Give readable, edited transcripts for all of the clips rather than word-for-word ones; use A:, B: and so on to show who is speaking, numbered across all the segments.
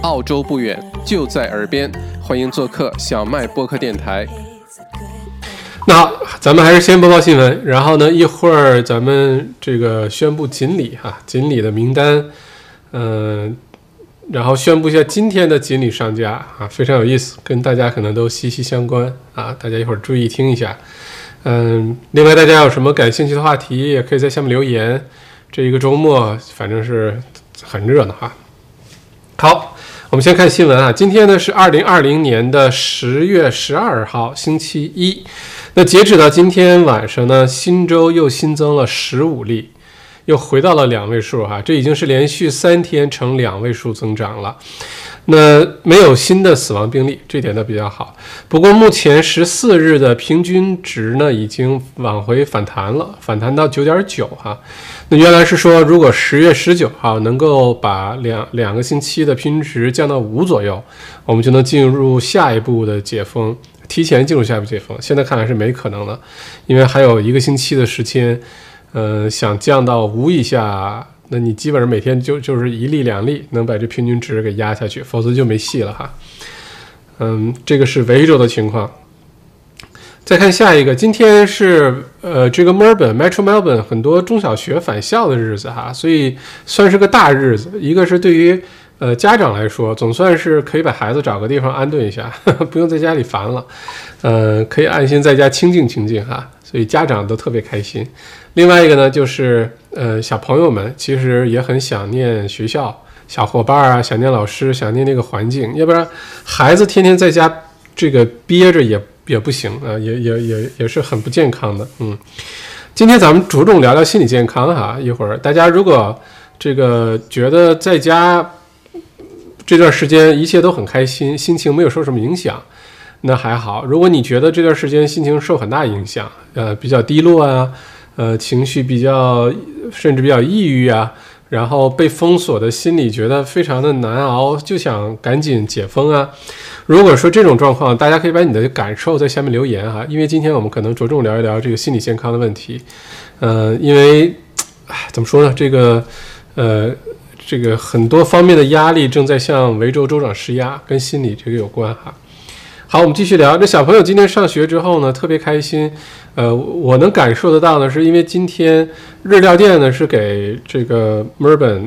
A: 澳洲不远，就在耳边，欢迎做客小麦播客电台。那好，咱们还是先播报新闻，然后呢，一会儿咱们这个宣布锦鲤锦鲤的名单，然后宣布一下今天的锦鲤上架非常有意思，跟大家可能都息息相关大家一会儿注意听一下。另外大家有什么感兴趣的话题，也可以在下面留言。这一个周末反正是很热闹好，我们先看新闻今天呢是2020年的10月12号星期一。那截止到今天晚上呢，新州又新增了15例，又回到了2位数这已经是连续3天呈2位数增长了。那没有新的死亡病例，这点呢比较好。不过目前14日的平均值呢已经往回反弹了，反弹到 9.9 那原来是说如果10月19号能够把两个星期的平均值降到5左右，我们就能进入下一步的解封，提前进入下一步解封。现在看来是没可能的，因为还有1个星期的时间，想降到5以下，那你基本上每天就是1例2例能把这平均值给压下去，否则就没戏了这个是维州的情况。再看下一个，今天是这个墨尔本 Metro Melbourne 很多中小学返校的日子所以算是个大日子。一个是对于家长来说，总算是可以把孩子找个地方安顿一下，不用在家里烦了，可以安心在家清静清静所以家长都特别开心。另外一个呢，就是小朋友们其实也很想念学校、小伙伴想念老师，想念那个环境，要不然孩子天天在家这个憋着也不行也是很不健康的。今天咱们着重聊聊心理健康一会儿大家如果这个觉得在家这段时间一切都很开心，心情没有受什么影响，那还好。如果你觉得这段时间心情受很大影响，比较低落情绪甚至比较抑郁然后被封锁的心理觉得非常的难熬，就想赶紧解封如果说这种状况，大家可以把你的感受在下面留言因为今天我们可能着重聊一聊这个心理健康的问题。因为怎么说呢，这个很多方面的压力正在向维州州长施压，跟心理这个有关好，我们继续聊。这小朋友今天上学之后呢，特别开心。我能感受得到的是，因为今天日料店呢是给这个墨尔本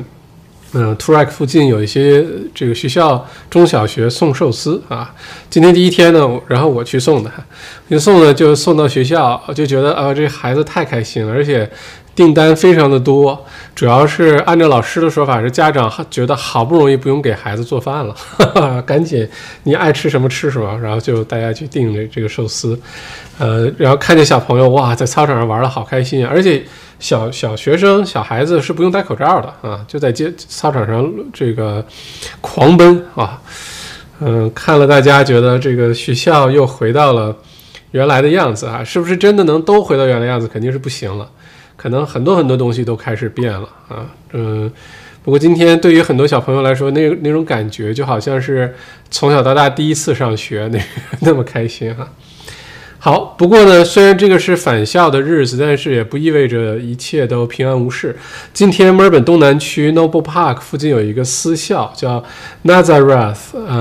A: Toorak 附近有一些这个学校中小学送寿司今天第一天呢，然后我去送的，就送到学校，就觉得这孩子太开心了，而且订单非常的多，主要是按照老师的说法是家长觉得好不容易不用给孩子做饭了赶紧你爱吃什么吃什么，然后就大家去订这个寿司。然后看见小朋友在操场上玩得好开心而且小学生小孩子是不用戴口罩的就在操场上这个狂奔看了大家觉得这个学校又回到了原来的样子是不是真的能都回到原来的样子？肯定是不行了，可能很多东西都开始变了不过今天对于很多小朋友来说，那种感觉就好像是从小到大第一次上学那么开心好，不过呢，虽然这个是返校的日子，但是也不意味着一切都平安无事。今天墨尔本东南区 Noble Park 附近有一个私校叫 Nazareth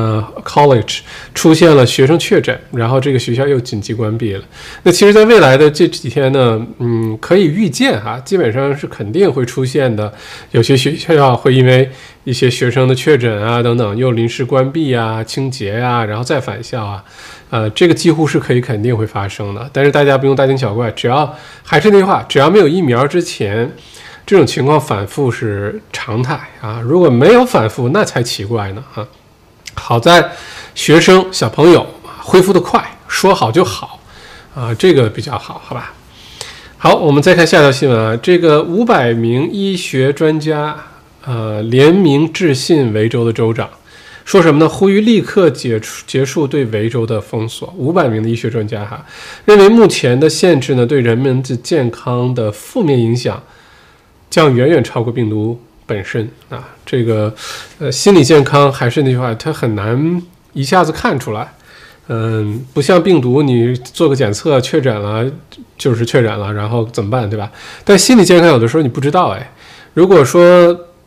A: College 出现了学生确诊，然后这个学校又紧急关闭了。那其实在未来的这几天呢，可以预见基本上是肯定会出现的，有些学校会因为一些学生的确诊等等又临时关闭清洁然后再返校这个几乎是可以肯定会发生的。但是大家不用大惊小怪，还是那句话，只要没有疫苗之前，这种情况反复是常态如果没有反复，那才奇怪呢好在学生小朋友恢复得快，说好就好这个比较好，好吧？好，我们再看下条新闻这个500名医学专家联名致信维州的州长，说什么呢？呼吁立刻结束对维州的封锁。500名的医学专家认为目前的限制呢，对人们的健康的负面影响将远远超过病毒本身这个心理健康还是那句话，它很难一下子看出来。不像病毒，你做个检测确诊了就是确诊了，然后怎么办，对吧？但心理健康有的时候你不知道如果说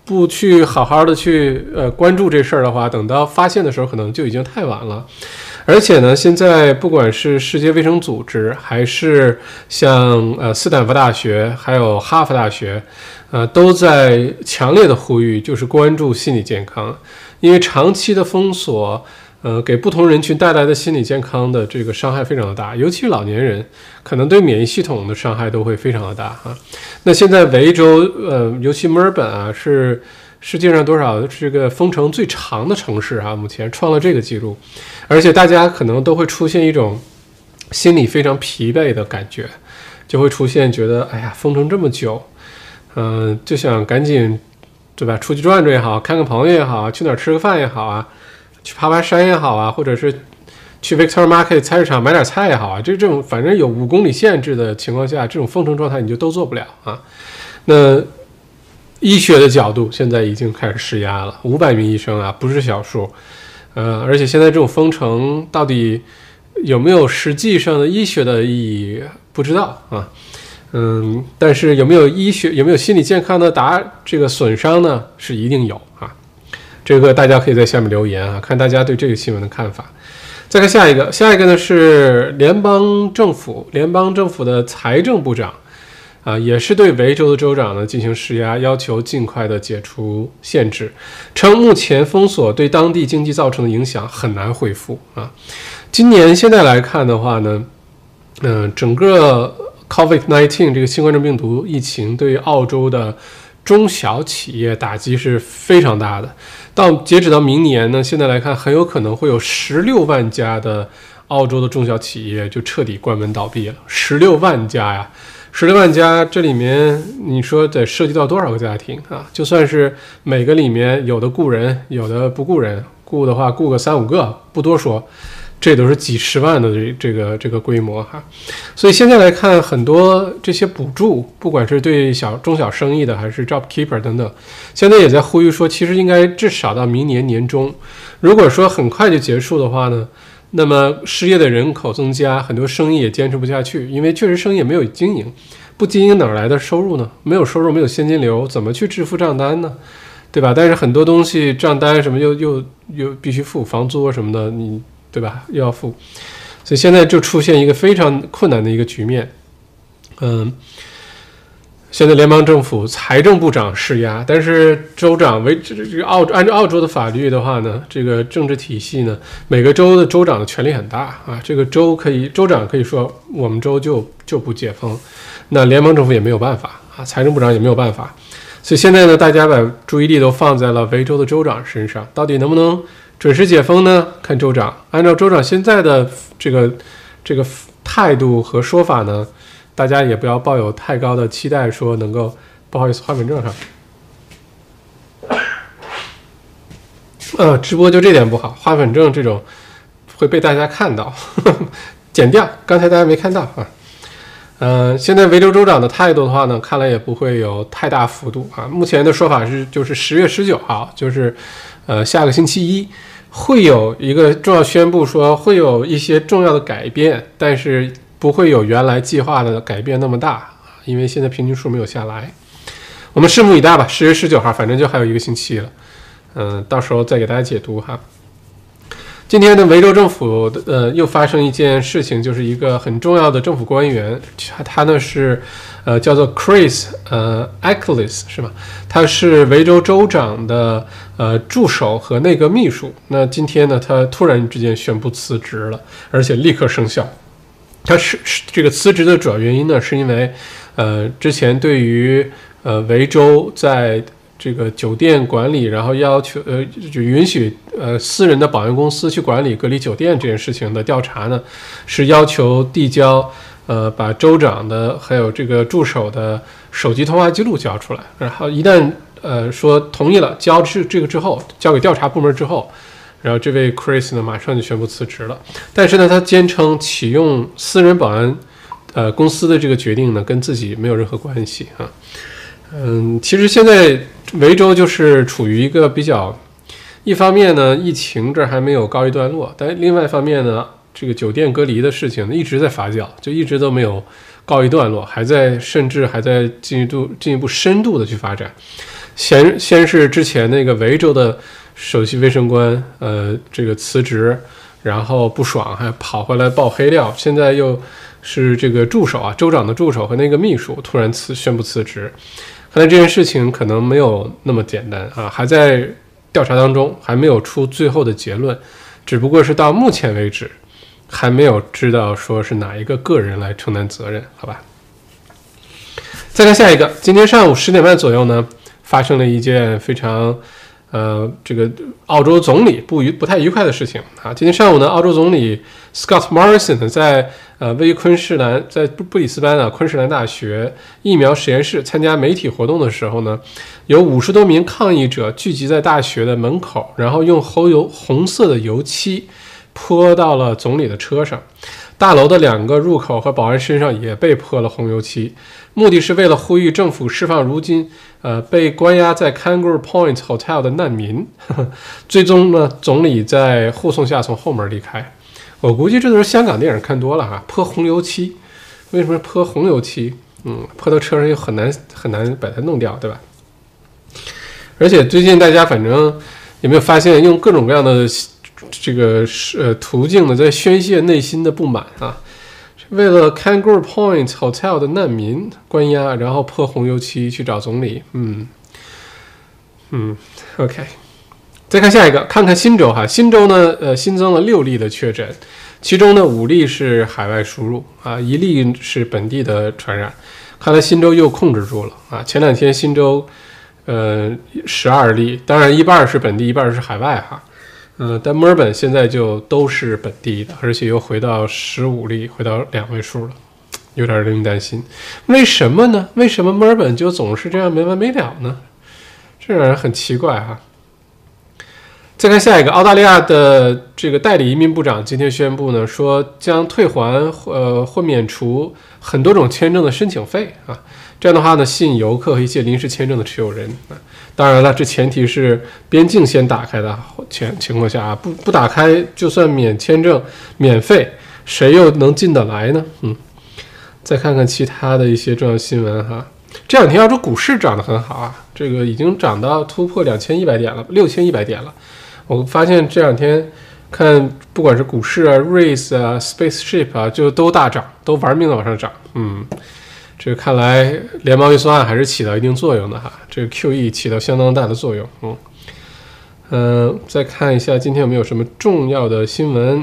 A: 不去好好的去关注这事儿的话，等到发现的时候，可能就已经太晚了。而且呢，现在不管是世界卫生组织，还是像斯坦福大学，还有哈佛大学，都在强烈的呼吁，就是关注心理健康，因为长期的封锁，给不同人群带来的心理健康的这个伤害非常的大，尤其是老年人，可能对免疫系统的伤害都会非常的大啊。那现在维州，尤其墨尔本啊，是世界上多少这个封城最长的城市啊，目前创了这个记录，而且大家可能都会出现一种心理非常疲惫的感觉，就会出现觉得哎呀，封城这么久，就想赶紧，对吧？出去转转也好，看看朋友也好，去哪儿吃个饭也好啊，去爬爬山也好啊，或者是去 Victoria Market 菜市场买点菜也好啊，这种反正有5公里限制的情况下，这种封城状态你就都做不了啊。那医学的角度现在已经开始施压了，500名医生啊，不是小数，而且现在这种封城到底有没有实际上的医学的意义，不知道啊。但是有没有心理健康的这个损伤呢？是一定有啊。这个大家可以在下面留言啊，看大家对这个新闻的看法。再看下一个呢是联邦政府的财政部长也是对维州的州长呢进行施压，要求尽快的解除限制，称目前封锁对当地经济造成的影响很难恢复啊。今年现在来看的话呢，整个 COVID-19 这个新冠状病毒疫情对于澳洲的中小企业打击是非常大的。截止到明年呢，现在来看很有可能会有16万家的澳洲的中小企业就彻底关门倒闭了。16万家呀，16万家，这里面你说得涉及到多少个家庭啊？就算是每个里面有的雇人，有的不雇人，雇的话雇个3-5个，不多说，这都是几十万的这个规模哈。所以现在来看，很多这些补助，不管是对中小生意的，还是 JobKeeper 等等，现在也在呼吁说，其实应该至少到明年年中。如果说很快就结束的话呢，那么失业的人口增加，很多生意也坚持不下去，因为确实生意也没有经营，不经营哪来的收入呢？没有收入，没有现金流，怎么去支付账单呢？对吧？但是很多东西账单什么又必须付，房租什么的，你对吧？又要付，所以现在就出现一个非常困难的一个局面。现在联邦政府财政部长施压，但是州长按照澳洲的法律的话呢，这个政治体系呢，每个州的州长的权力很大啊。这个州长可以说我们州就不解封，那联邦政府也没有办法啊，财政部长也没有办法。所以现在呢，大家把注意力都放在了维州的州长身上，到底能不能准时解封呢？看州长。按照州长现在的这个态度和说法呢，大家也不要抱有太高的期待，说能够，不好意思，花粉症上，直播就这点不好，花粉症这种会被大家看到，剪掉，刚才大家没看到啊。现在维州州长的态度的话呢，看来也不会有太大幅度啊。目前的说法就是10月19号，就是下个星期一会有一个重要宣布，说会有一些重要的改变，但是不会有原来计划的改变那么大，因为现在平均数没有下来。我们拭目以待吧，10月19号，反正就还有1个星期了，到时候再给大家解读哈。今天的维州政府又发生一件事情，就是一个很重要的政府官员，他呢是叫做 Chris Ackles 是吧？他是维州州长的助手和内阁秘书。那今天呢，他突然之间宣布辞职了，而且立刻生效。他是这个辞职的主要原因呢，是因为之前对于维州在这个酒店管理，然后要求就允许私人的保安公司去管理隔离酒店这件事情的调查呢，是要求递交把州长的还有这个助手的手机通话记录交出来，然后一旦说同意了交这个之后，交给调查部门之后，然后这位 Chris 呢马上就宣布辞职了。但是呢，他坚称启用私人保安公司的这个决定呢跟自己没有任何关系啊。其实现在维州就是处于一个比较，一方面呢疫情这还没有告一段落，但另外一方面呢，这个酒店隔离的事情一直在发酵，就一直都没有告一段落，甚至还在进一步深度的去发展。 先是之前那个维州的首席卫生官这个辞职，然后不爽还跑回来爆黑料，现在又是这个助手啊，州长的助手和那个秘书突然宣布辞职。看来这件事情可能没有那么简单啊，还在调查当中，还没有出最后的结论，只不过是到目前为止还没有知道说是哪一个个人来承担责任，好吧。再看下一个，今天上午10点半左右呢，发生了一件非常这个澳洲总理不太愉快的事情啊。今天上午呢，澳洲总理 Scott Morrison 在位于在布里斯班的昆士兰大学疫苗实验室参加媒体活动的时候呢，有50多名抗议者聚集在大学的门口，然后用红色的油漆泼到了总理的车上。大楼的2个入口和保安身上也被泼了红油漆，目的是为了呼吁政府释放如今被关押在 Kangaroo Point Hotel 的难民。最终呢，总理在护送下从后门离开。我估计这都是香港电影看多了哈，泼红油漆。为什么泼红油漆？泼到车上又很难把它弄掉，对吧？而且最近大家反正有没有发现，用各种各样的这个途径呢，在宣泄内心的不满啊？为了 Kangaroo Point Hotel 的难民关押，然后泼红油漆去找总理。OK。再看下一个，看看新州哈。新州呢，新增了6例的确诊，其中呢5例是海外输入啊，1例是本地的传染。看来新州又控制住了啊。前2天新州12例，当然一半是本地，一半是海外哈。但墨尔本现在就都是本地的，而且又回到15例，回到2位数了，有点令人担心。为什么呢？为什么墨尔本就总是这样没完没了呢？这让人很奇怪哈。再看下一个，澳大利亚的这个代理移民部长今天宣布呢，说将退还或免除很多种签证的申请费啊。这样的话呢，吸引游客和一些临时签证的持有人啊。当然了，这前提是边境先打开的情况下啊，不打开，就算免签证免费，谁又能进得来呢？再看看其他的一些重要新闻哈。这2天澳洲股市涨得很好啊，这个已经涨到突破2100点了，6100点了。我发现这2天看不管是股市啊、Race 啊、Spaceship 啊，就都大涨，都玩命的往上涨。这个看来联邦预算案还是起到一定作用的哈，这个 QE 起到相当大的作用。再看一下今天有没有什么重要的新闻。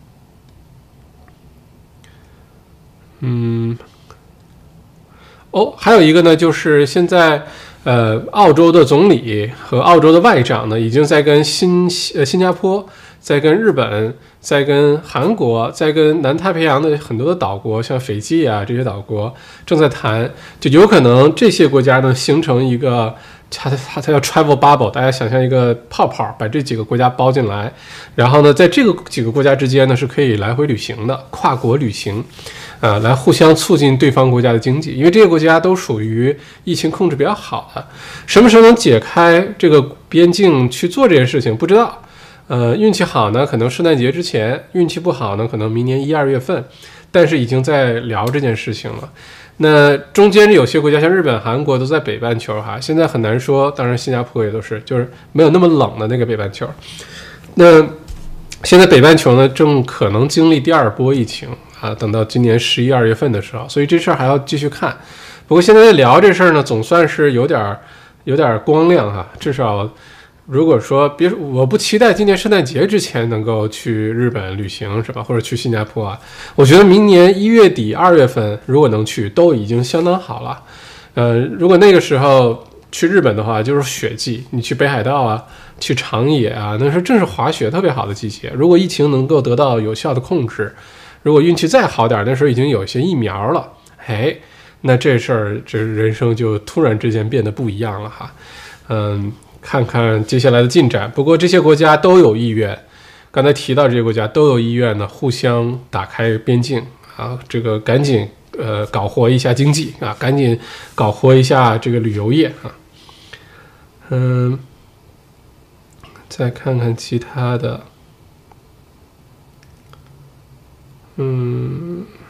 A: 还有一个呢，就是现在澳洲的总理和澳洲的外长呢，已经在跟新加坡、在跟日本、在跟韩国、在跟南太平洋的很多的岛国，像斐济啊这些岛国正在谈，就有可能这些国家呢形成一个它叫 travel bubble， 大家想象一个泡泡，把这几个国家包进来，然后呢，在这个几个国家之间呢是可以来回旅行的，跨国旅行。来互相促进对方国家的经济，因为这些国家都属于疫情控制比较好的，什么时候能解开这个边境去做这件事情不知道。运气好呢，可能圣诞节之前；运气不好呢，可能明年1、2月份。但是已经在聊这件事情了。那中间有些国家像日本、韩国都在北半球哈，现在很难说。当然，新加坡也都是，就是没有那么冷的那个北半球。那现在北半球呢，正可能经历第2波疫情。等到今年11、2月份的时候，所以这事儿还要继续看。不过现在聊这事儿呢，总算是有点光亮哈。至少如果说我不期待今年圣诞节之前能够去日本旅行是吧，或者去新加坡啊。我觉得明年1月底、2月份如果能去，都已经相当好了。如果那个时候去日本的话，就是雪季，你去北海道啊，去长野啊，那是正是滑雪特别好的季节。如果疫情能够得到有效的控制，如果运气再好点，那时候已经有一些疫苗了，那这事儿这人生就突然之间变得不一样了哈。看看接下来的进展。不过这些国家都有意愿，刚才提到这些国家都有意愿呢，互相打开边境啊，这个赶紧搞活一下经济啊，赶紧搞活一下这个旅游业啊。再看看其他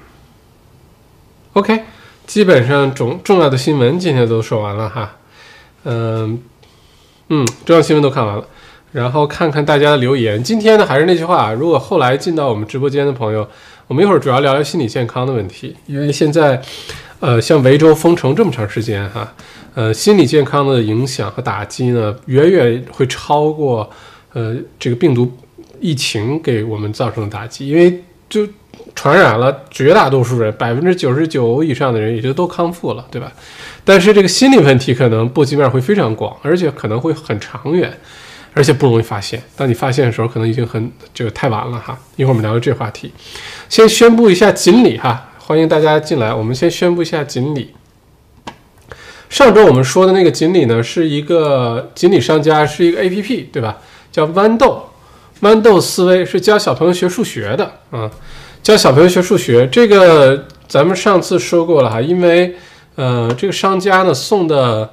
A: 的。OK， 基本上重要的新闻今天都说完了哈。 重要新闻都看完了，然后看看大家的留言。今天呢，还是那句话，如果后来进到我们直播间的朋友，我们一会儿主要聊聊心理健康的问题，因为现在，像维州封城这么长时间哈，心理健康的影响和打击呢，远远会超过这个病毒疫情给我们造成的打击，因为就传染了绝大多数人，99%以上的人也就都康复了，对吧？但是这个心理问题可能波及面会非常广，而且可能会很长远，而且不容易发现。当你发现的时候，可能已经太晚了哈。一会儿我们聊聊这话题。先宣布一下锦鲤哈，欢迎大家进来。我们先宣布一下锦鲤。上周我们说的那个锦鲤呢，是一个锦鲤商家，是一个 APP， 对吧？叫豌豆思维，是教小朋友学数学的啊。教小朋友学数学，这个咱们上次说过了哈，因为这个商家呢送的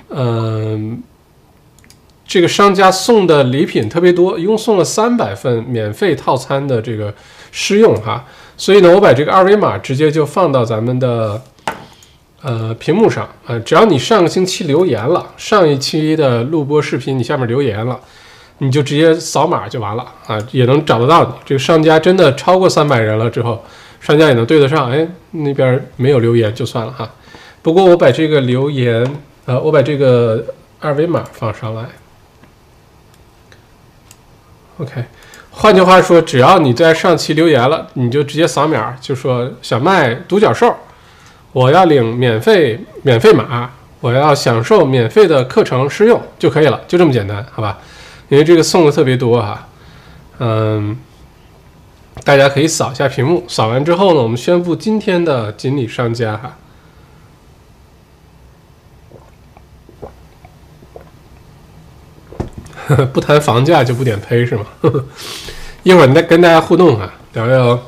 A: 这个商家送的礼品特别多，一共送了300份免费套餐的这个试用哈，所以呢，我把这个二维码直接就放到咱们的屏幕上只要你上个星期留言了，上一期的录播视频你下面留言了，你就直接扫码就完了也能找得到你。这个商家真的超过300人了之后，商家也能对得上，那边没有留言就算了哈。不过我把这个留言，我把这个二维码放上来。OK， 换句话说，只要你在上期留言了，你就直接扫码，就说小麦独角兽，我要领免费码，我要享受免费的课程试用就可以了，就这么简单，好吧？因为这个送的特别多哈，大家可以扫一下屏幕，扫完之后呢，我们宣布今天的锦鲤商家哈。不谈房价就不点呸是吗？一会儿再跟大家互动哈，聊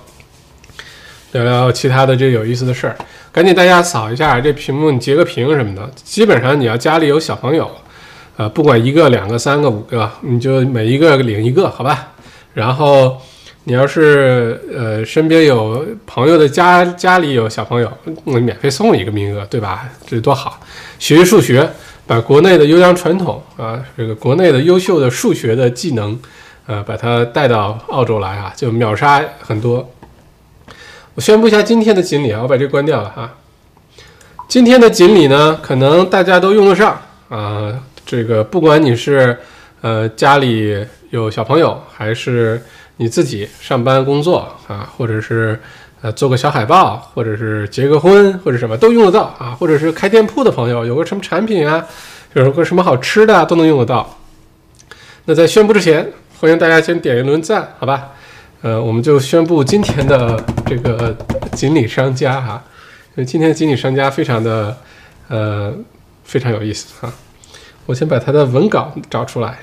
A: 聊其他的这有意思的事儿。赶紧大家扫一下这屏幕，你截个屏什么的。基本上你要家里有小朋友，不管1个、2个、3个、5个，你就每一个领一个，好吧？然后你要是身边有朋友的家里有小朋友，免费送1个名额，对吧？这多好！学习数学。把国内的优良传统这个国内的优秀的数学的技能，把它带到澳洲来就秒杀很多。我宣布一下今天的锦鲤我把这个关掉了哈。今天的锦鲤呢，可能大家都用得上这个不管你是家里有小朋友，还是你自己上班工作或者是做个小海报，或者是结个婚，或者什么都用得到或者是开店铺的朋友，有个什么产品有个什么好吃的都能用得到。那在宣布之前，欢迎大家先点一轮赞，好吧？我们就宣布今天的这个锦鲤商家因为今天的锦鲤商家非常有意思我先把它的文稿找出来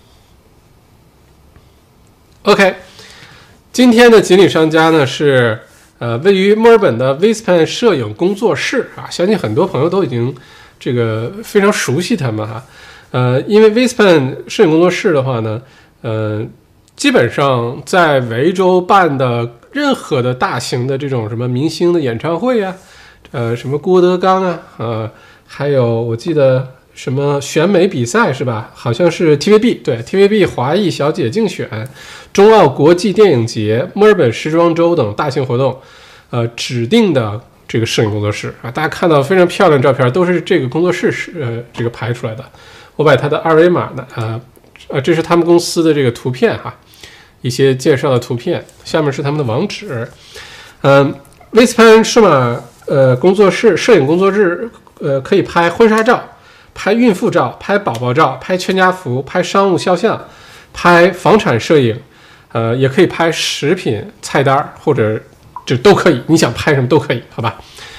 A: OK， 今天的锦鲤商家呢是位于墨尔本的 Vispan 摄影工作室相信很多朋友都已经这个非常熟悉他们因为 Vispan 摄影工作室的话呢，基本上在维州办的任何的大型的这种什么明星的演唱会什么郭德纲还有我记得什么选美比赛是吧？好像是 TVB 对 TVB 华裔小姐竞选、中澳国际电影节、墨尔本时装周等大型活动，指定的这个摄影工作室大家看到非常漂亮的照片都是这个工作室这个排出来的。我把它的二维码呢，这是他们公司的这个图片一些介绍的图片，下面是他们的网址。Vispan 数码工作室摄影工作室可以拍婚纱照。拍孕妇照，拍宝宝照，拍全家福，拍商务肖像，拍房产摄影，也可以拍食品菜单，或者这都可以，你想拍什么都可以，好吧？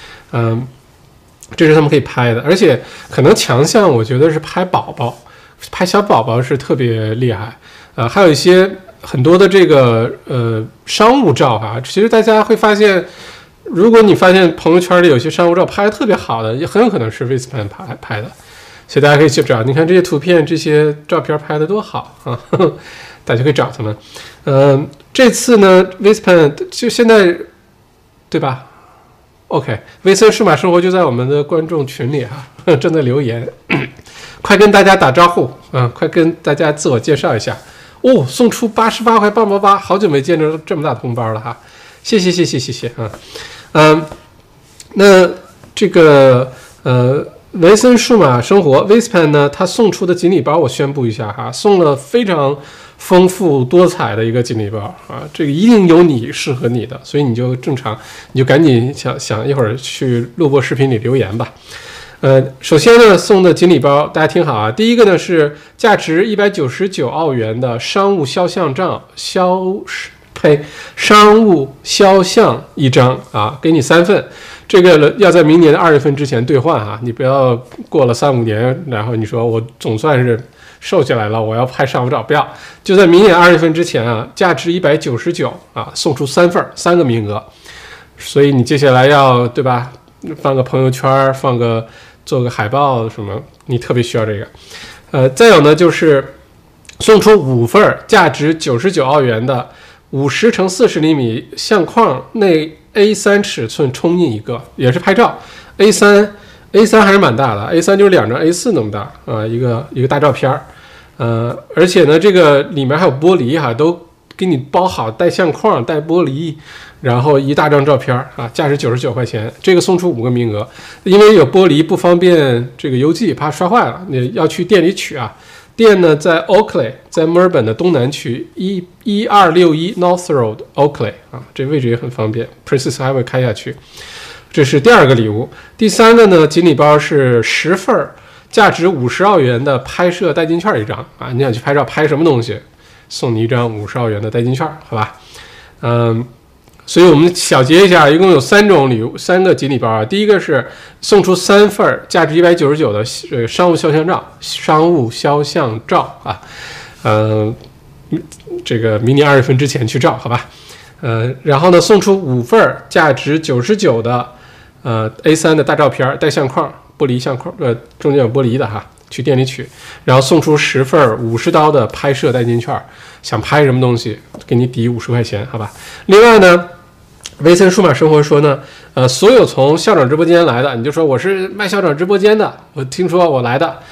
A: 这是他们可以拍的，而且可能强项我觉得是拍宝宝，拍小宝宝是特别厉害，还有一些很多的这个商务照其实大家会发现，如果你发现朋友圈里有些商务照拍的特别好的，也很有可能是 Vispan 拍的。所以大家可以去找，你看这些图片、这些照片拍的多好大家可以找他们。这次呢 ，Vispan 就现在，对吧 ？OK， Vispan 数码生活就在我们的观众群里正在留言。 快跟大家打招呼啊！快跟大家自我介绍一下哦！送出88块棒棒棒，好久没见着这么大的红包了哈！谢谢啊！那这个维森数码生活 Vispan 呢，它送出的锦鲤包我宣布一下哈，送了非常丰富多彩的一个锦鲤包啊，这个一定有你适合你的，所以你就赶紧想一会儿去录播视频里留言吧。首先呢，送的锦鲤包大家听好啊，第一个呢是价值199澳元的商务肖像一张啊，给你3份。这个要在明年的2月份之前兑换啊，你不要过了3-5年，然后你说我总算是瘦下来了，我要拍商务照，不要，就在明年2月份之前啊，价值199啊，送出3份，3个名额。所以你接下来要对吧，放个朋友圈，做个海报什么，你特别需要这个。再有呢就是送出5份价值99澳元的50×40厘米相框内 A3 尺寸冲印一个，也是拍照。A3还是蛮大的 ，A3 就是2张 A4 那么大啊，一个大照片而且呢，这个里面还有玻璃哈，都给你包好，带相框，带玻璃，然后一大张照片啊，价值99块钱。这个送出5个名额，因为有玻璃不方便这个邮寄，怕摔坏了，你要去店里取啊。店呢在 Oakley， 在墨尔本的东南区1261 North Road Oakley 啊，这位置也很方便 ，Princess Highway 开下去。这是第2个礼物。第3个呢，锦鲤包是10份价值50澳元的拍摄代金券一张啊，你想去拍照拍什么东西，送你一张50澳元的代金券，好吧？所以我们小结一下，一共有3种礼物，3个锦鲤包啊。第一个是送出3份价值199的商务肖像照啊，这个明年2月份之前去照，好吧？然后呢，送出5份价值99的A3 的大照片，带相框，玻璃相框，中间有玻璃的哈，去店里取。然后送出10份50刀的拍摄代金券，想拍什么东西，给你抵50块钱，好吧？另外呢，维森数码生活说呢，所有从校长直播间来的，你就说我是卖校长直播间的，我听说我来的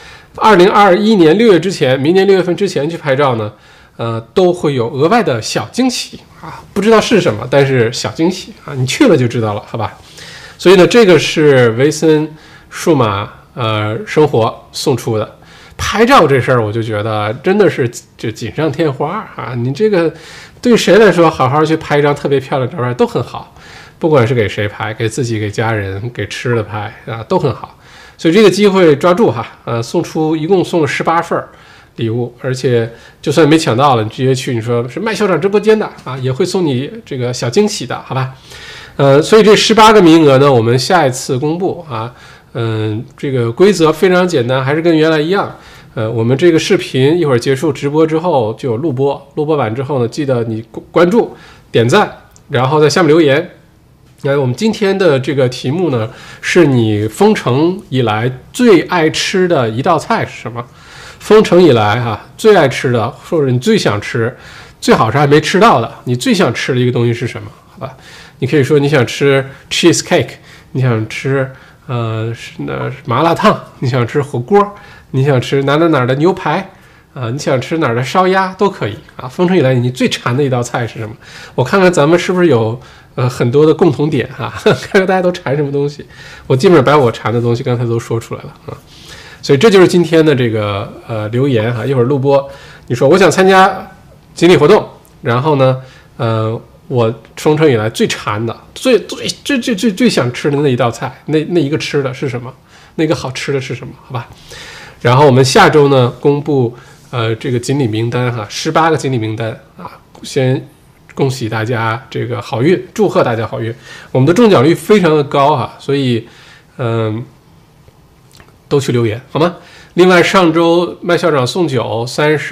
A: ，2021年6月之前，明年6月份之前去拍照呢，都会有额外的小惊喜啊，不知道是什么，但是小惊喜啊，你去了就知道了，好吧？所以呢，这个是维森数码生活送出的。拍照这事儿，我就觉得真的是就锦上添花啊！你这个对谁来说，好好去拍一张特别漂亮的照片都很好，不管是给谁拍，给自己、给家人、给吃的拍啊，都很好。所以这个机会抓住哈，一共送了18份礼物，而且就算没抢到了，你直接去你说是卖校长直播间的啊，也会送你这个小惊喜的，好吧？所以这18个名额呢，我们下一次公布啊。这个规则非常简单，还是跟原来一样。我们这个视频一会儿结束直播之后就有录播，录播完之后呢，记得你关注、点赞，然后在下面留言。我们今天的这个题目呢，是你封城以来最爱吃的一道菜是什么？封城以来最爱吃的，或者你最想吃，最好是还没吃到的，你最想吃的一个东西是什么？好吧，你可以说你想吃 cheese cake， 你想吃麻辣烫，你想吃火锅，你想吃哪的牛排你想吃哪儿的烧鸭都可以啊。封城以来你最馋的一道菜是什么？我看看咱们是不是有很多的共同点看看大家都馋什么东西。我基本上把我馋的东西刚才都说出来了啊。所以这就是今天的这个留言一会儿录播，你说我想参加锦鲤活动，然后呢我封城以来最馋的、最想吃的那一道菜，那一个吃的是什么？那个好吃的是什么？好吧。然后我们下周呢公布这个锦鲤名单18个锦鲤名单啊，先恭喜大家这个好运，祝贺大家好运。我们的中奖率非常的高所以都去留言好吗？另外上周麦校长送酒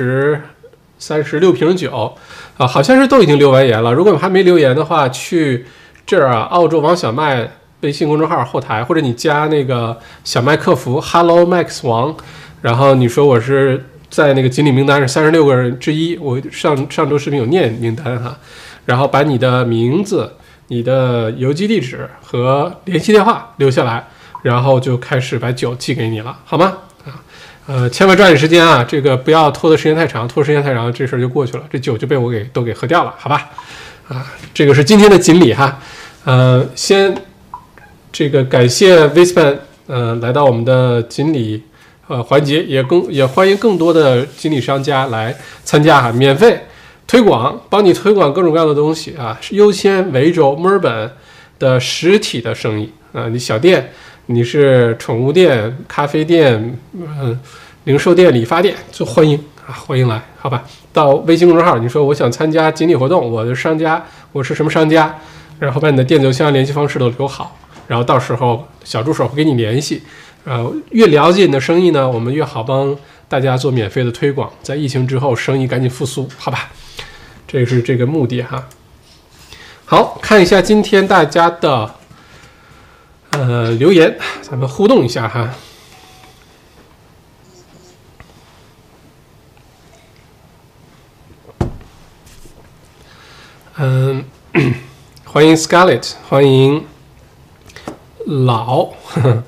A: 36瓶酒好像是都已经留完言了。如果还没留言的话，去这儿澳洲王小麦微信公众号后台，或者你加那个小麦客服 Hello Max 王，然后你说我是在那个锦鲤名单是36个人之一，我上周视频有念名单然后把你的名字、你的邮寄地址和联系电话留下来，然后就开始把酒寄给你了，好吗？ 千万抓紧时间啊，这个不要拖的时间太长，拖时间太长，这事儿就过去了，这酒就被我都给喝掉了，好吧？这个是今天的锦鲤哈，先这个感谢 Vispan 来到我们的锦鲤环节，也欢迎更多的锦鲤商家来参加哈，免费推广，帮你推广各种各样的东西啊，优先维州墨尔本的实体的生意啊，你小店，你是宠物店、咖啡店、零售店、理发店，就欢迎啊，欢迎来，好吧？到微信公众号，你说我想参加锦鲤活动，我的商家，我是什么商家，然后把你的电子邮箱联系方式都留好，然后到时候小助手会给你联系。越了解你的生意呢，我们越好帮大家做免费的推广，在疫情之后生意赶紧复苏，好吧？这是这个目的哈。好，看一下今天大家的留言，咱们互动一下哈。欢迎 Scarlett， 欢迎老，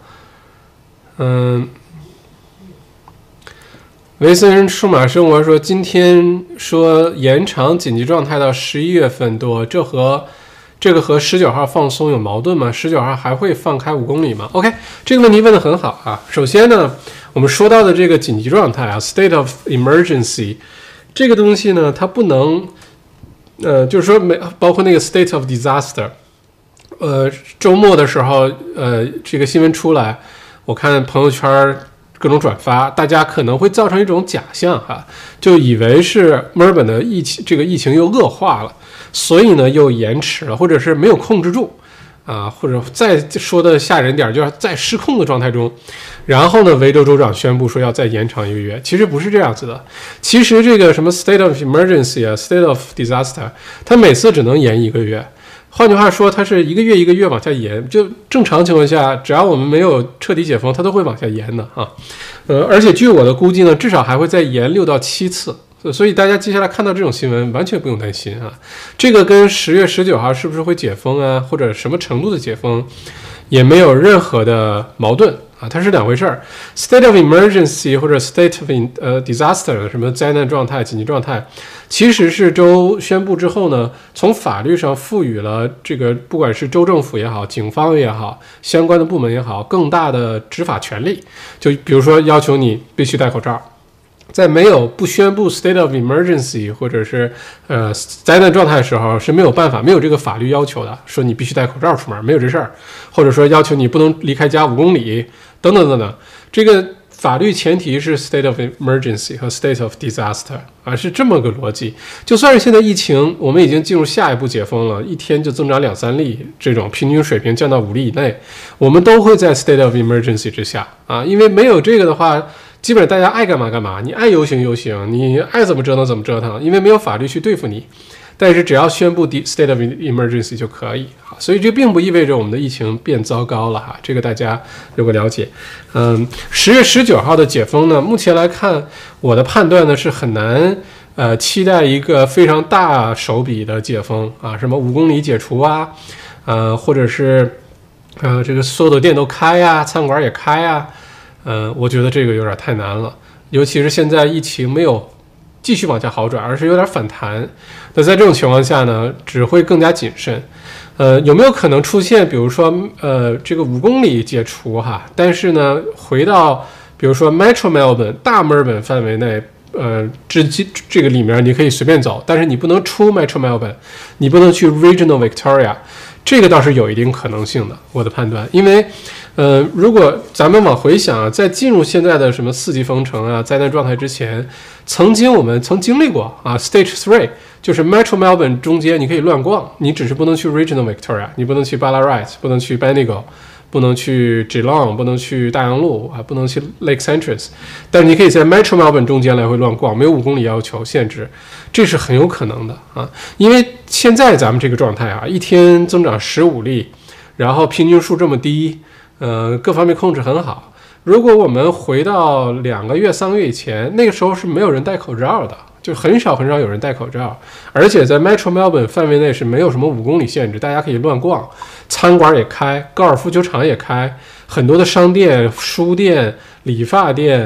A: 维森数码生活说，今天说延长紧急状态到11月份多，这个和19号放松有矛盾吗？19号还会放开5公里吗 ？OK， 这个问题问得很好啊。首先呢，我们说到的这个紧急状态啊 ，state of emergency， 这个东西呢，它不能，就是说包括那个 state of disaster， 周末的时候，这个新闻出来，我看朋友圈各种转发，大家可能会造成一种假象哈，就以为是墨尔本的疫情又恶化了，所以呢又延迟了，或者是没有控制住啊，或者再说的吓人点，就是在失控的状态中，然后呢维州州长宣布说要再延长1个月，其实不是这样子的，其实这个什么 state of emergency 啊 ，state of disaster， 它每次只能延1个月。换句话说，它是一个月往下延，就正常情况下，只要我们没有彻底解封，它都会往下延的啊。而且据我的估计呢，至少还会再延6到7次。所以大家接下来看到这种新闻，完全不用担心啊。这个跟10月19号是不是会解封啊，或者什么程度的解封，也没有任何的矛盾啊，它是两回事儿。State of emergency 或者 state of disaster 什么灾难状态、紧急状态，其实是州宣布之后呢，从法律上赋予了这个不管是州政府也好、警方也好、相关的部门也好，更大的执法权利。就比如说要求你必须戴口罩。在不宣布 state of emergency 或者是灾难状态的时候是没有办法，没有这个法律要求的，说你必须戴口罩出门，没有这事儿，或者说要求你不能离开家5公里等等等等，这个法律前提是 state of emergency 和 state of disaster 啊，是这么个逻辑。就算是现在疫情我们已经进入下一步解封了，一天就增长2-3例，这种平均水平降到5例以内，我们都会在 state of emergency 之下啊，因为没有这个的话，基本上大家爱干嘛干嘛，你爱游行游行，你爱怎么折腾怎么折腾，因为没有法律去对付你。但是只要宣布 state of emergency 就可以，所以这并不意味着我们的疫情变糟糕了哈，这个大家如果了解。10月19号的解封呢，目前来看，我的判断呢是很难期待一个非常大手笔的解封啊，什么5公里解除啊，或者是这个所有的店都开呀，餐馆也开呀。我觉得这个有点太难了，尤其是现在疫情没有继续往下好转，而是有点反弹。那在这种情况下呢，只会更加谨慎。有没有可能出现，比如说这个5公里解除哈，但是呢，回到比如说 Metro Melbourne 大墨尔本范围内，这个里面你可以随便走，但是你不能出 Metro Melbourne， 你不能去 Regional Victoria， 这个倒是有一定可能性的，我的判断，因为。如果咱们往回想啊，在进入现在的什么4级封城啊、灾难状态之前，我们曾经历过啊 ，Stage 3就是 Metro Melbourne 中间你可以乱逛，你只是不能去 Regional Victoria， 你不能去 Ballarat， 不能去 Bendigo， 不能去 Geelong， 不能去大洋路啊，不能去 Lake Central， 但是你可以在 Metro Melbourne 中间来回乱逛，没有5公里要求限制，这是很有可能的啊，因为现在咱们这个状态啊，一天增长15例，然后平均数这么低。各方面控制很好。如果我们回到2个月、3个月以前，那个时候是没有人戴口罩的，就很少有人戴口罩，而且在 Metro Melbourne 范围内是没有什么5公里限制，大家可以乱逛，餐馆也开，高尔夫球场也开，很多的商店、书店、理发店、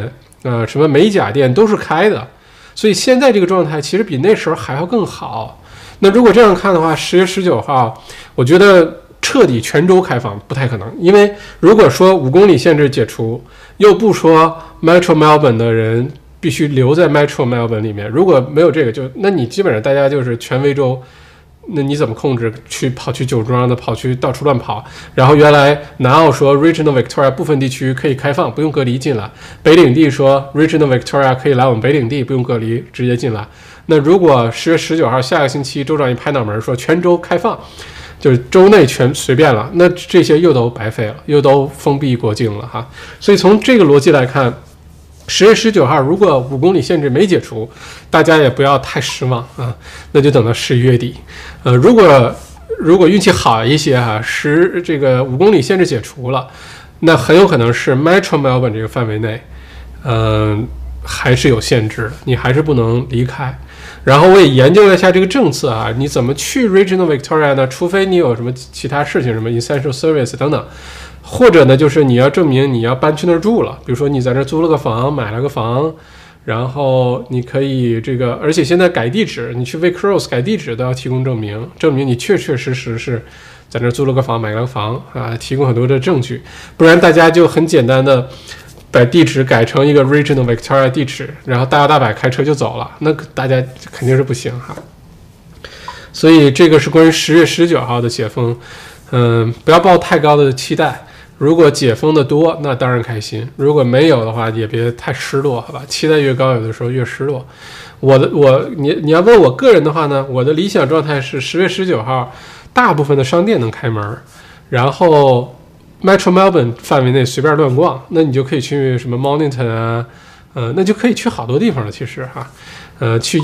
A: 什么美甲店都是开的，所以现在这个状态其实比那时候还要更好。那如果这样看的话，10月19号，我觉得彻底全州开放不太可能，因为如果说5公里限制解除，又不说 Metro Melbourne 的人必须留在 Metro Melbourne 里面，如果没有这个，那你基本上大家就是全维州。那你怎么控制？跑去酒庄的，跑去到处乱跑。然后原来南澳说 Regional Victoria 部分地区可以开放，不用隔离进来。北领地说 Regional Victoria 可以来我们北领地，不用隔离，直接进来。那如果10月19号下个星期州长一拍脑门说全州开放，就是州内全随便了，那这些又都白费了，又都封闭国境了哈。所以从这个逻辑来看，10月19号如果5公里限制没解除，大家也不要太失望啊，那就等到11月底。如果运气好一些哈，这个5公里限制解除了，那很有可能是 Metro Melbourne 这个范围内，还是有限制的，你还是不能离开。然后我也研究了一下这个政策啊，你怎么去 Regional Victoria 呢？除非你有什么其他事情，什么 Essential Service 等等。或者呢，就是你要证明你要搬去那儿住了，比如说你在那儿租了个房，买了个房，然后你可以而且现在改地址，你去 Vickers 改地址都要提供证明你确确实实是在那儿租了个房，买了个房啊，提供很多的证据，不然大家就很简单的把地址改成一个 Regional Victoria 地址，然后大摇大摆开车就走了，那大家肯定是不行哈。所以这个是关于10月19号的解封，不要抱太高的期待。如果解封的多，那当然开心；如果没有的话，也别太失落，好吧？期待越高，有的时候越失落。你要问我个人的话呢，我的理想状态是10月19号，大部分的商店能开门，然后 Metro Melbourne 范围内随便乱逛，那你就可以去什么 Mornington 啊，那就可以去好多地方了。其实哈，去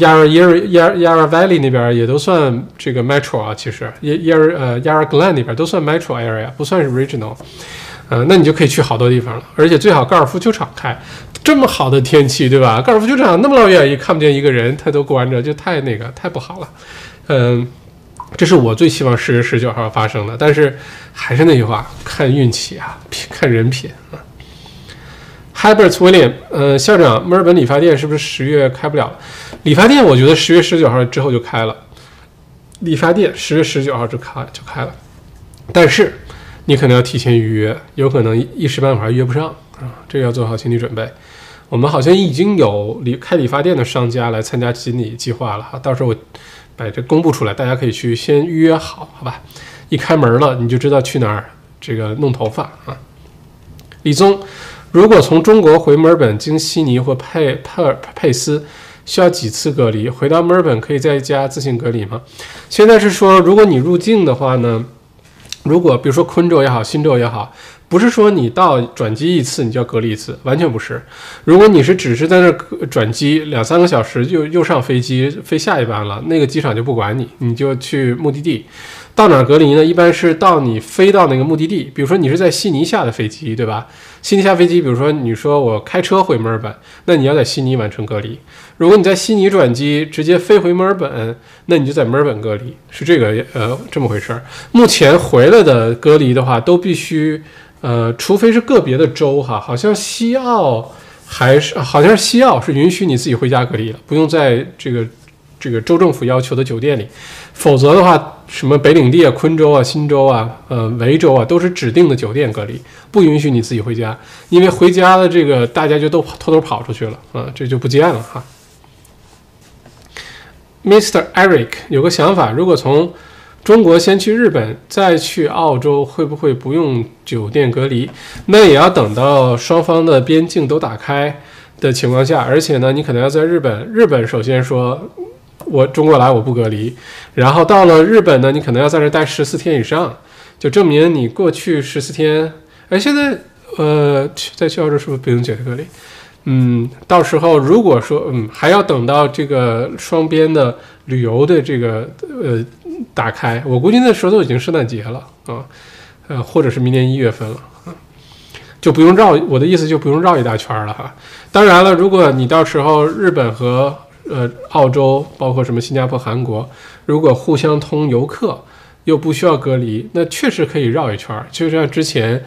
A: Yarra Valley 那边也都算这个 Metro 啊，其实Yarra Glen 那边都算 Metro area， 不算是 Regional。那你就可以去好多地方了，而且最好高尔夫球场开，这么好的天气，对吧？高尔夫球场那么老远也看不见一个人，它都关着，就太不好了。这是我最希望10月19号发生的，但是还是那句话，看运气啊，看人品啊。Herbert William， 校长，墨尔本理发店是不是10月开不了？理发店我觉得10月19号之后就开了，理发店10月19号就开了，但是你可能要提前预约，有可能一时半会儿约不上啊，这个要做好心理准备。我们好像已经有开理发店的商家来参加锦鲤计划了哈，到时候我把这公布出来，大家可以去先预约好，好吧？一开门了你就知道去哪儿这个弄头发啊。李宗，如果从中国回墨尔本经悉尼或佩斯，需要几次隔离？回到墨尔本可以在家自行隔离吗？现在是说，如果你入境的话呢？如果比如说昆州也好，新州也好，不是说你到转机一次你就要隔离一次，完全不是。如果你是只是在那转机2-3个小时又上飞机飞下一班了，那个机场就不管你，你就去目的地。到哪儿隔离呢？一般是到你飞到那个目的地，比如说你是在悉尼下的飞机，对吧？悉尼下飞机，比如说你说我开车回墨尔本，那你要在悉尼完成隔离。如果你在悉尼转机直接飞回墨尔本，那你就在墨尔本隔离，是这么回事儿。目前回来的隔离的话，都必须除非是个别的州哈，好像西澳是允许你自己回家隔离了，不用在这个州政府要求的酒店里，否则的话，什么北领地啊、昆州啊、新州啊、维州啊，都是指定的酒店隔离，不允许你自己回家，因为回家的这个大家就都偷偷跑出去了啊，这就不见了哈。Mr. Eric 有个想法，如果从中国先去日本，再去澳洲，会不会不用酒店隔离？那也要等到双方的边境都打开的情况下，而且呢，你可能要在日本首先说我中国来我不隔离，然后到了日本呢，你可能要在这待14天以上，就证明你过去14天。现在再去澳洲是不是不用酒店隔离？到时候如果说还要等到这个双边的旅游的这个打开，我估计那时候都已经圣诞节了啊，或者是明年1月份了啊，就不用绕，我的意思就不用绕一大圈了哈。当然了，如果你到时候日本和澳洲包括什么新加坡、韩国，如果互相通游客又不需要隔离，那确实可以绕一圈，就像之前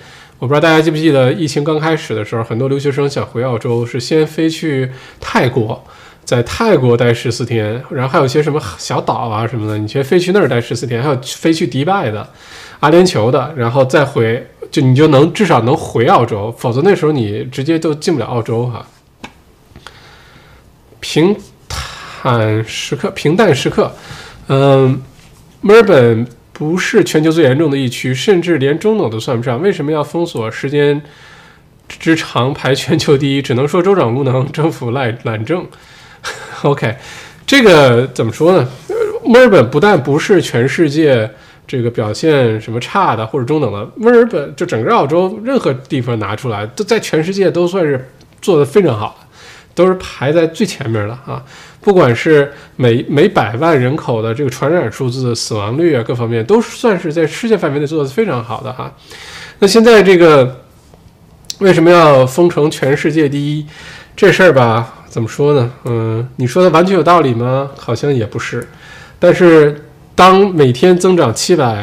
A: 我不知道大家记不记得，疫情刚开始的时候，很多留学生想回澳洲，是先飞去泰国，在泰国待14天，然后还有些什么小岛啊什么的，你先飞去那儿待14天，还有飞去迪拜的、阿联酋的，然后再回，你就能至少能回澳洲，否则那时候你直接都进不了澳洲哈。平淡时刻，墨尔本不是全球最严重的疫区，甚至连中等都算不上，为什么要封锁？时间之长排全球第一，只能说州长无能，政府懒政。OK， 这个怎么说呢？墨尔本不但不是全世界这个表现什么差的或者中等的，墨尔本就整个澳洲任何地方拿出来，都在全世界都算是做得非常好的，都是排在最前面的啊。不管是每100万人口的这个传染数字、死亡率啊各方面，都算是在世界范围内做得非常好的哈。那现在这个为什么要封成全世界第一？这事儿吧，怎么说呢？你说的完全有道理吗？好像也不是。但是当每天增长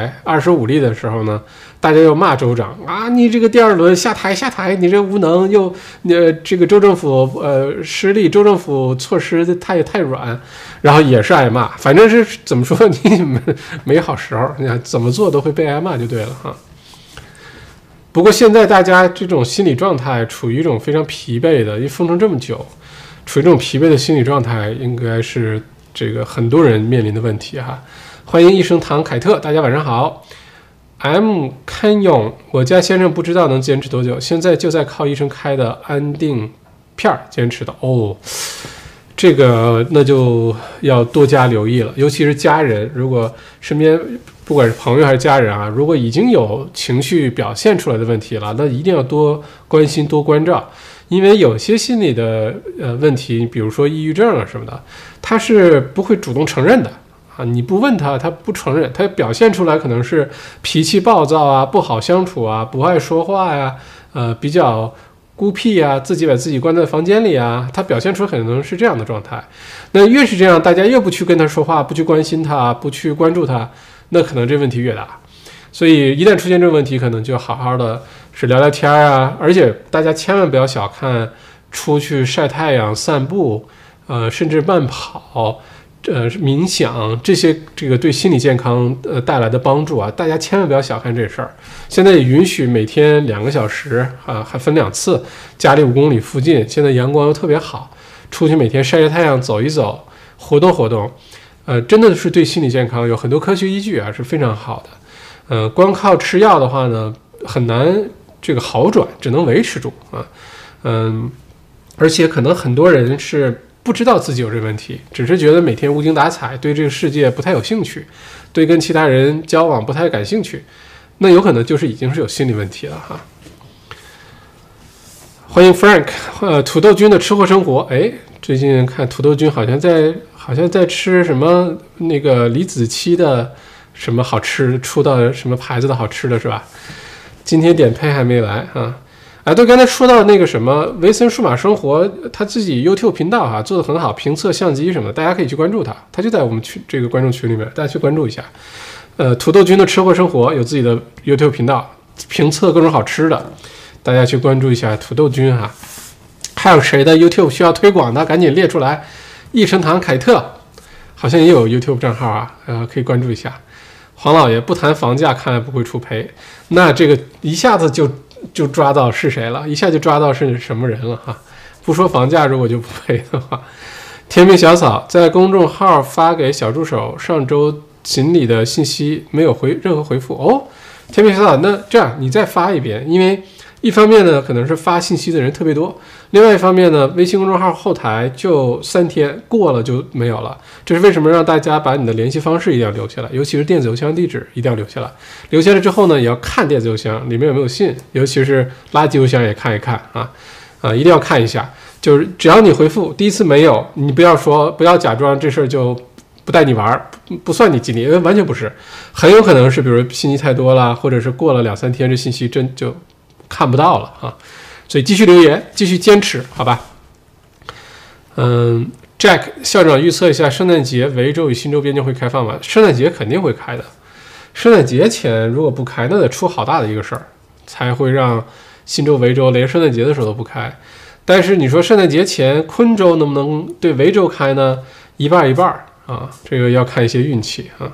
A: 725例的时候呢，大家又骂州长啊，你这个第2轮下台，你这无能，又这个州政府失利，州政府措施太软，然后也是挨骂。反正是怎么说，你没好时候，你看怎么做都会被挨骂就对了哈。不过现在大家这种心理状态处于一种非常疲惫的，因为封城这么久，处于这种疲惫的心理状态，应该是这个很多人面临的问题哈。欢迎一声唐凯特，大家晚上好。M 堪用，我家先生不知道能坚持多久，现在就在靠医生开的安定片坚持的哦。这个那就要多加留意了，尤其是家人，如果身边不管是朋友还是家人啊，如果已经有情绪表现出来的问题了，那一定要多关心多关照，因为有些心理的问题，比如说抑郁症啊什么的，他是不会主动承认的啊，你不问他，他不承认，他表现出来可能是脾气暴躁啊，不好相处啊，不爱说话呀，比较孤僻啊，自己把自己关在房间里啊，他表现出可能是这样的状态。那越是这样，大家越不去跟他说话，不去关心他，不去关注他，那可能这问题越大。所以一旦出现这个问题，可能就好好的是聊聊天啊，而且大家千万不要小看出去晒太阳、散步，甚至慢跑。冥想这个对心理健康带来的帮助啊，大家千万不要小看这事儿。现在也允许每天2个小时啊，还分2次，家里5公里附近，现在阳光又特别好，出去每天晒晒太阳、走一走，活动活动，真的是对心理健康有很多科学依据啊，是非常好的。光靠吃药的话呢，很难这个好转，只能维持住啊。而且可能很多人是不知道自己有这问题，只是觉得每天无精打采，对这个世界不太有兴趣，对跟其他人交往不太感兴趣，那有可能就是已经是有心理问题了哈。欢迎 Frank， 土豆君的吃货生活。哎，最近看土豆君好像在吃什么那个李子柒的什么好吃，出到什么牌子的好吃的是吧？今天点配还没来啊。对，刚才说到那个什么维森数码生活，他自己 YouTube 频道做得很好，评测相机什么的，大家可以去关注他，他就在我们这个观众群里面，大家去关注一下。土豆君的吃货生活有自己的 YouTube 频道，评测各种好吃的，大家去关注一下土豆君哈。还有谁的 YouTube 需要推广的，赶紧列出来。益生堂凯特好像也有 YouTube 账号啊，可以关注一下。黄老爷不谈房价，看来不会出赔，那这个一下子就抓到是谁了，一下就抓到是什么人了哈。不说房价，如果就不赔的话。甜蜜小草在公众号发给小助手上周锦鲤的信息没有任何回复哦。甜蜜小草，那这样你再发一遍，因为一方面呢可能是发信息的人特别多，另外一方面呢微信公众号后台就3天过了就没有了，这是为什么让大家把你的联系方式一定要留下来，尤其是电子邮箱地址一定要留下来。留下来之后呢，也要看电子邮箱里面有没有信，尤其是垃圾邮箱也看一看一定要看一下。就是只要你回复第一次没有，你不要假装这事儿就不带你玩，不算你锦鲤，因为完全不是，很有可能是比如信息太多了，或者是过了2-3天这信息真就看不到了啊。所以继续留言，继续坚持，好吧。Jack 校长预测一下圣诞节维州与新州边境会开放吗？圣诞节肯定会开的，圣诞节前如果不开，那得出好大的一个事儿， 才会让新州、维州连圣诞节的时候都不开。但是你说圣诞节前昆州能不能对维州开呢？一半一半啊，这个要看一些运气啊。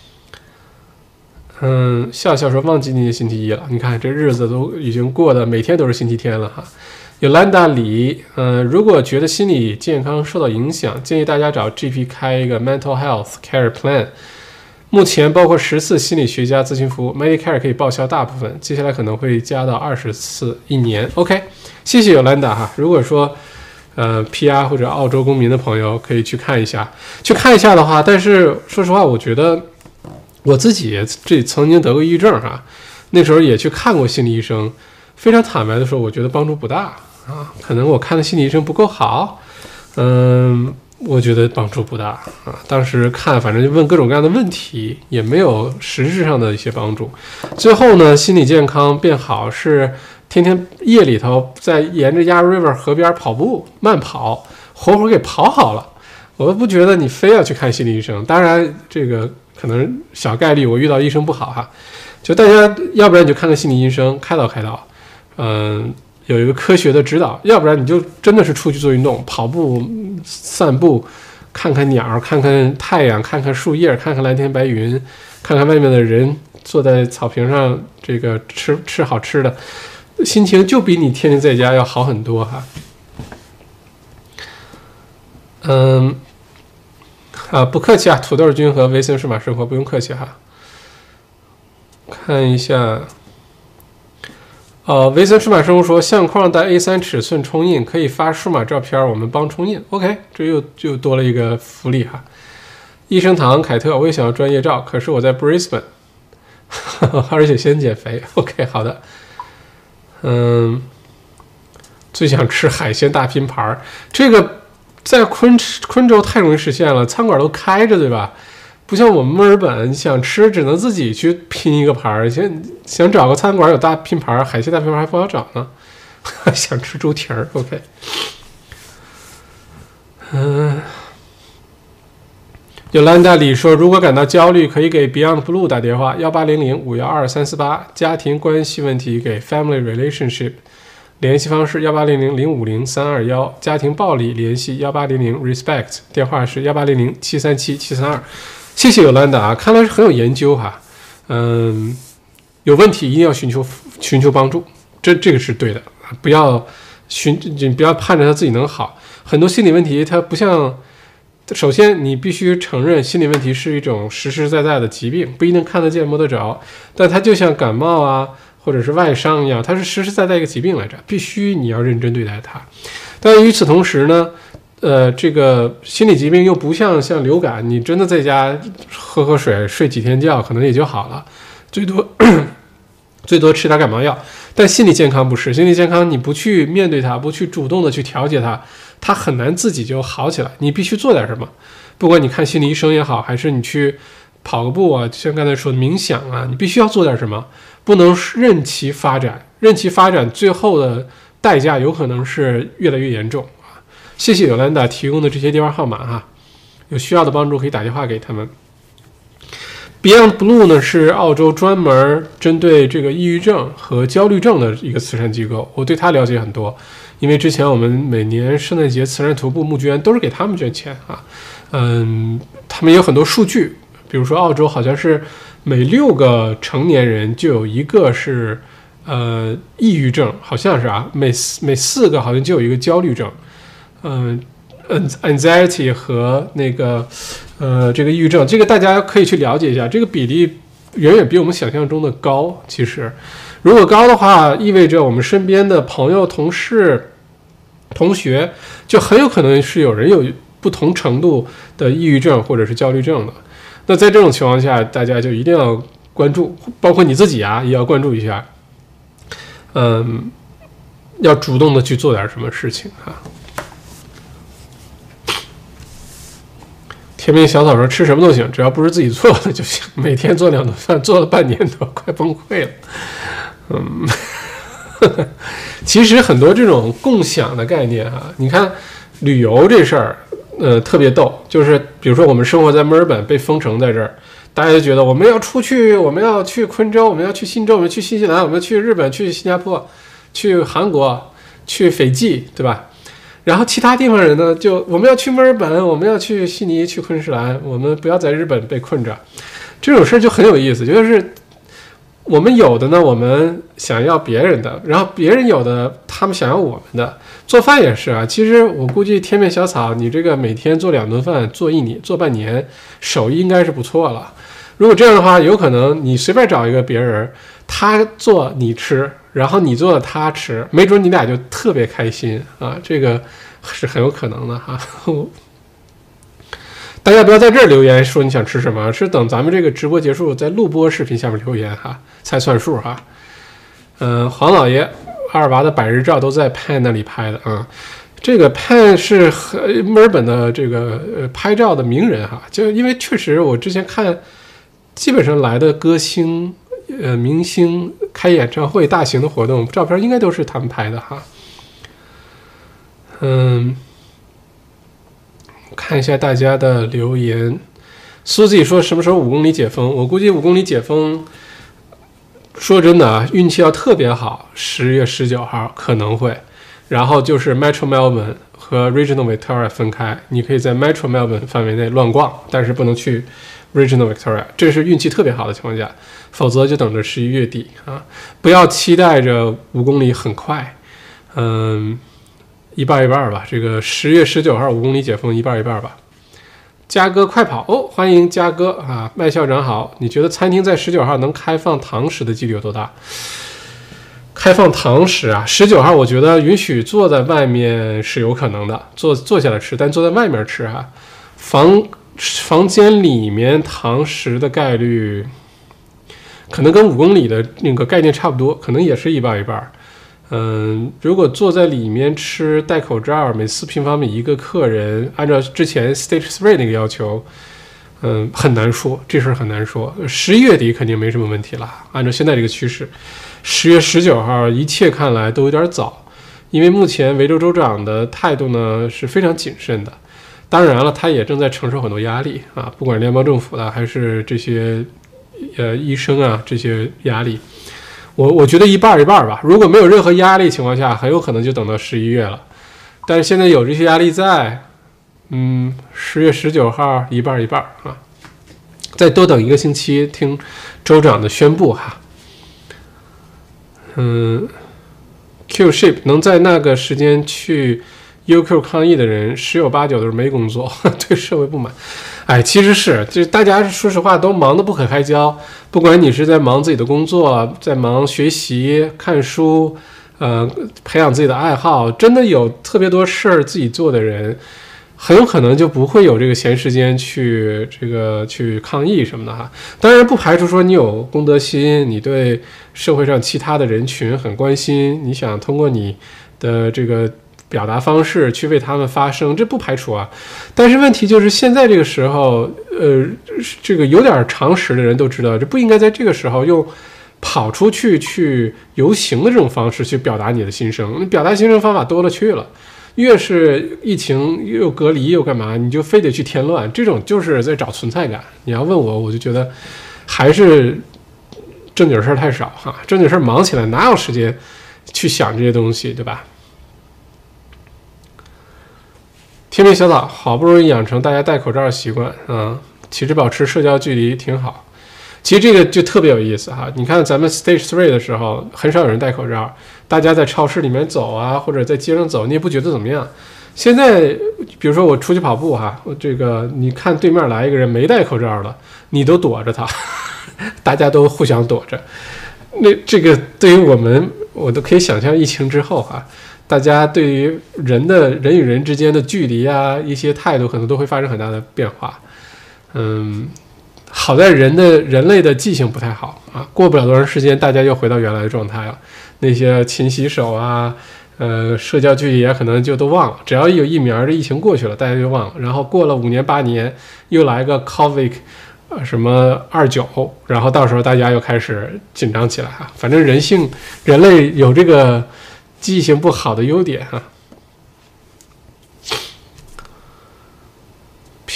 A: 笑笑说忘记那星期一了，你看这日子都已经过得每天都是星期天了哈。有兰达里，如果觉得心理健康受到影响，建议大家找 GP 开一个 Mental Health Care Plan。目前包括10次心理学家咨询服务 ，Medicare 可以报销大部分，接下来可能会加到20次1年。OK， 谢谢有兰达哈。如果说PR 或者澳洲公民的朋友可以去看一下，的话，但是说实话，我觉得我自己曾经得过抑郁症哈，那时候也去看过心理医生，非常坦白的说，我觉得帮助不大啊，可能我看的心理医生不够好，我觉得帮助不大啊。当时看反正就问各种各样的问题，也没有实质上的一些帮助。最后呢，心理健康变好是天天夜里头在沿着 Yarra River 河边跑步慢跑，活给跑好了。我不觉得你非要去看心理医生，当然这个可能小概率我遇到医生不好哈，就大家要不然你就看看心理医生开导，有一个科学的指导，要不然你就真的是出去做运动，跑步、散步，看看鸟，看看太阳，看看树叶，看看蓝天白云，看看外面的人坐在草坪上，这个吃好吃的，心情就比你天天在家要好很多哈。不客气啊，土豆君和维森数码生活不用客气哈。看一下。维森数码生活说，相框带 A3 尺寸冲印，可以发数码照片，我们帮冲印。OK， 这又多了一个福利哈。益生堂凯特，我也想要专业照，可是我在 Brisbane， 而且先减肥。OK， 好的。最想吃海鲜大拼盘，这个在昆州太容易实现了，餐馆都开着，对吧？不像我们墨尔本，想吃只能自己去拼一个盘儿，想找个餐馆有大拼盘，海鲜大拼盘还不好找呢。想吃猪蹄儿 ，OK。有兰达里说，如果感到焦虑，可以给 Beyond Blue 打电话1800-512-348，家庭关系问题给 Family Relationship， 联系方式1800-050-321，家庭暴力联系1800-RESPECT， 电话是1800-737-732。谢谢有兰达啊，看来是很有研究哈。有问题一定要寻求帮助，这个是对的，不要盼着他自己能好。很多心理问题它不像，首先你必须承认心理问题是一种实实在在的疾病，不一定看得见摸得着，但它就像感冒啊或者是外伤一样，它是实实在在一个疾病来着，必须你要认真对待它。但与此同时呢，这个心理疾病又不像流感，你真的在家喝水睡几天觉可能也就好了，最多吃点感冒药。但心理健康不是，心理健康你不去面对它，不去主动的去调节它，它很难自己就好起来，你必须做点什么。不管你看心理医生也好，还是你去跑个步啊，就像刚才说的冥想啊，你必须要做点什么，不能任其发展，最后的代价有可能是越来越严重。谢谢尤兰达提供的这些电话号码哈，有需要的帮助可以打电话给他们。Beyond Blue 呢是澳洲专门针对这个抑郁症和焦虑症的一个慈善机构，我对它了解很多，因为之前我们每年圣诞节慈善徒步募捐都是给他们捐钱啊。他们有很多数据，比如说澳洲好像是每6个成年人就有1个是抑郁症，好像是啊，每4个好像就有1个焦虑症。anxiety 和那个这个抑郁症，这个大家可以去了解一下，这个比例远远比我们想象中的高。其实如果高的话，意味着我们身边的朋友、同事、同学就很有可能是有人有不同程度的抑郁症或者是焦虑症的。那在这种情况下，大家就一定要关注，包括你自己啊也要关注一下，要主动的去做点什么事情啊。天命小草说吃什么都行，只要不是自己做的就行，每天做2顿饭，做了半年都快崩溃了。其实很多这种共享的概念啊，你看旅游这事儿， 特别逗，就是比如说我们生活在墨尔本，被封城在这儿，大家就觉得我们要出去，我们要去昆州，我们要去新州，我们要去新西兰，我们要去日本，去新加坡，去韩国，去斐济，对吧？然后其他地方人呢，就我们要去墨尔本，我们要去悉尼，去昆士兰，我们不要在日本被困着。这种事就很有意思，就是我们有的呢，我们想要别人的，然后别人有的，他们想要我们的。做饭也是啊，其实我估计天面小草，你这个每天做2顿饭，做1年、做半年，手艺应该是不错了。如果这样的话，有可能你随便找一个别人，他做你吃，然后你做他吃，没准你俩就特别开心啊，这个是很有可能的哈。大家不要在这儿留言说你想吃什么，是等咱们这个直播结束在录播视频下面留言哈，才算数哈。黄老爷，阿尔巴的百日照都在 Pan 那里拍的啊。这个 Pan 是墨尔本的这个拍照的名人哈，就因为确实我之前看，基本上来的歌星、明星开演唱会、大型的活动，照片应该都是他们拍的哈。看一下大家的留言。苏自己说什么时候5公里解封？我估计5公里解封，说真的啊，运气要特别好，10月19号可能会。然后就是 Metro Melbourne 和 Regional Victoria 分开，你可以在 Metro Melbourne 范围内乱逛，但是不能去 Regional Victoria， 这是运气特别好的情况下，否则就等着11月底啊！不要期待着5公里很快，一半一半吧。这个10月19号5公里解封，一半一半吧。嘉哥快跑哦，欢迎嘉哥啊！麦校长好，你觉得餐厅在19号能开放堂食的几率有多大？开放堂食啊，19号我觉得允许坐在外面是有可能的，坐下来吃，但坐在外面吃哈，房间里面堂食的概率可能跟5公里的那个概念差不多，可能也是一半一半。如果坐在里面吃，戴口罩，每4平方米1个客人，按照之前 Stage 3那个要求，很难说，这事儿很难说。11月底肯定没什么问题了，按照现在这个趋势。10月19号，一切看来都有点早，因为目前维州州长的态度呢是非常谨慎的。当然了，他也正在承受很多压力啊，不管联邦政府的还是这些医生啊这些压力。我觉得一半一半吧。如果没有任何压力情况下，很有可能就等到11月了。但是现在有这些压力在，10月19号一半一半啊，再多等1个星期听州长的宣布哈。Q-Ship 能在那个时间去 UQ 抗议的人，10有8、9都是没工作，对社会不满。其实是，就是大家说实话都忙得不可开交，不管你是在忙自己的工作，在忙学习、看书，培养自己的爱好，真的有特别多事儿自己做的人，很有可能就不会有这个闲时间去抗议什么的哈。当然不排除说你有公德心，你对社会上其他的人群很关心，你想通过你的这个表达方式去为他们发声，这不排除啊。但是问题就是现在这个时候，这个有点常识的人都知道，这不应该在这个时候用跑出去游行的这种方式去表达你的心声。你表达心声方法多了去了，越是疫情又隔离又干嘛，你就非得去添乱，这种就是在找存在感。你要问我就觉得还是正经事儿太少哈，正经事儿忙起来哪有时间去想这些东西，对吧？天命小岛好不容易养成大家戴口罩的习惯啊，其实保持社交距离挺好。其实这个就特别有意思哈，你看咱们 Stage 3的时候很少有人戴口罩，大家在超市里面走啊，或者在街上走，你也不觉得怎么样。现在比如说我出去跑步哈，这个你看对面来一个人没戴口罩的，你都躲着他，大家都互相躲着。那这个对于我都可以想象疫情之后哈，大家对于人与人之间的距离啊，一些态度可能都会发生很大的变化。好在人类的记性不太好啊，过不了多长时间，大家又回到原来的状态了。那些勤洗手啊，社交距离也可能就都忘了。只要有疫苗，这疫情过去了，大家就忘了。然后过了5年8年，又来个 COVID 什么29，然后到时候大家又开始紧张起来哈。反正人类有这个记性不好的优点哈。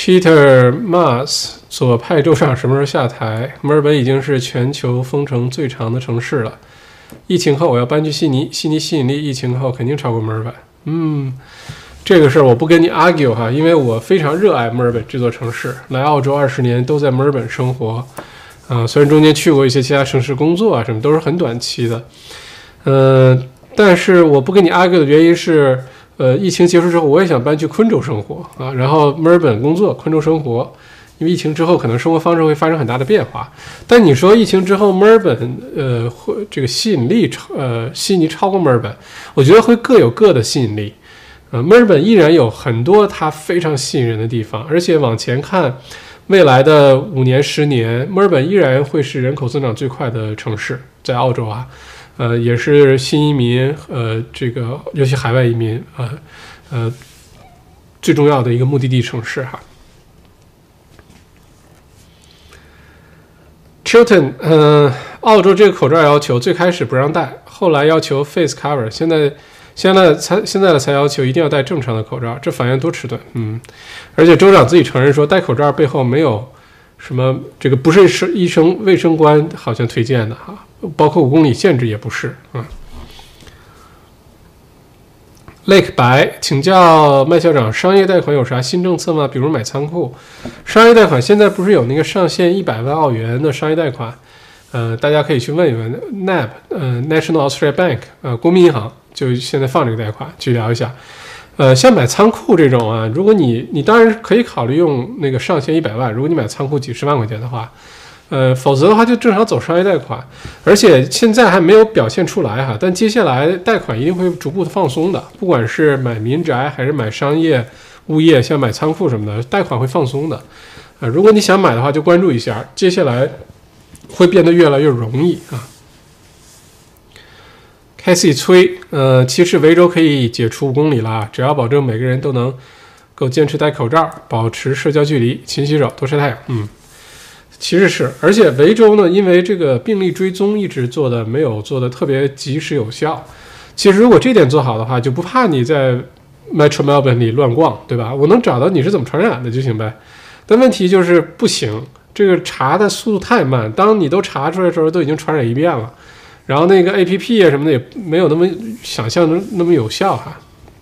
A: Peter Mas 左派州长什么时候下台？墨尔本已经是全球封城最长的城市了。疫情后我要搬去悉尼，悉尼吸引力疫情后肯定超过墨尔本。这个事儿我不跟你 argue 哈，因为我非常热爱墨尔本这座城市，来澳洲20年都在墨尔本生活。虽然中间去过一些其他城市工作啊，什么都是很短期的。但是我不跟你 argue 的原因是，疫情结束之后，我也想搬去昆州生活啊，然后墨尔本工作，昆州生活。因为疫情之后，可能生活方式会发生很大的变化。但你说疫情之后，墨尔本这个吸引力悉尼超过墨尔本，我觉得会各有各的吸引力。墨尔本依然有很多它非常吸引人的地方，而且往前看，未来的5年、10年，墨尔本依然会是人口增长最快的城市，在澳洲啊，也是新移民这个尤其海外移民最重要的一个目的地城市哈。Chilton， 澳洲这个口罩要求最开始不让戴，后来要求 face cover， 现在才要求一定要戴正常的口罩，这反应多迟钝。而且州长自己承认说，戴口罩背后没有什么这个不是医生卫生官好像推荐的哈，包括5公里限制也不是啊。Lake 白请教麦校长，商业贷款有啥新政策吗？比如买仓库。商业贷款现在不是有那个上限100万澳元的商业贷款？大家可以去问一问 NAB， National Australia Bank， 国民银行就现在放这个贷款，去聊一下。像买仓库这种啊，如果你当然可以考虑用那个上限100万，如果你买仓库几十万块钱的话。否则的话就正常走商业贷款，而且现在还没有表现出来哈，但接下来贷款一定会逐步的放松的，不管是买民宅还是买商业物业，像买仓库什么的，贷款会放松的。如果你想买的话，就关注一下，接下来会变得越来越容易啊。Casey 催，其实维州可以解除5公里啦，只要保证每个人都能够坚持戴口罩，保持社交距离，勤洗手，多晒太阳。其实是，而且维州呢，因为这个病例追踪一直没有做的特别及时有效。其实如果这点做好的话，就不怕你在 Metro Melbourne 里乱逛，对吧？我能找到你是怎么传染的就行呗。但问题就是不行，这个查的速度太慢。当你都查出来的时候，都已经传染一遍了。然后那个 APP 啊什么的也没有那么想象的那么有效哈。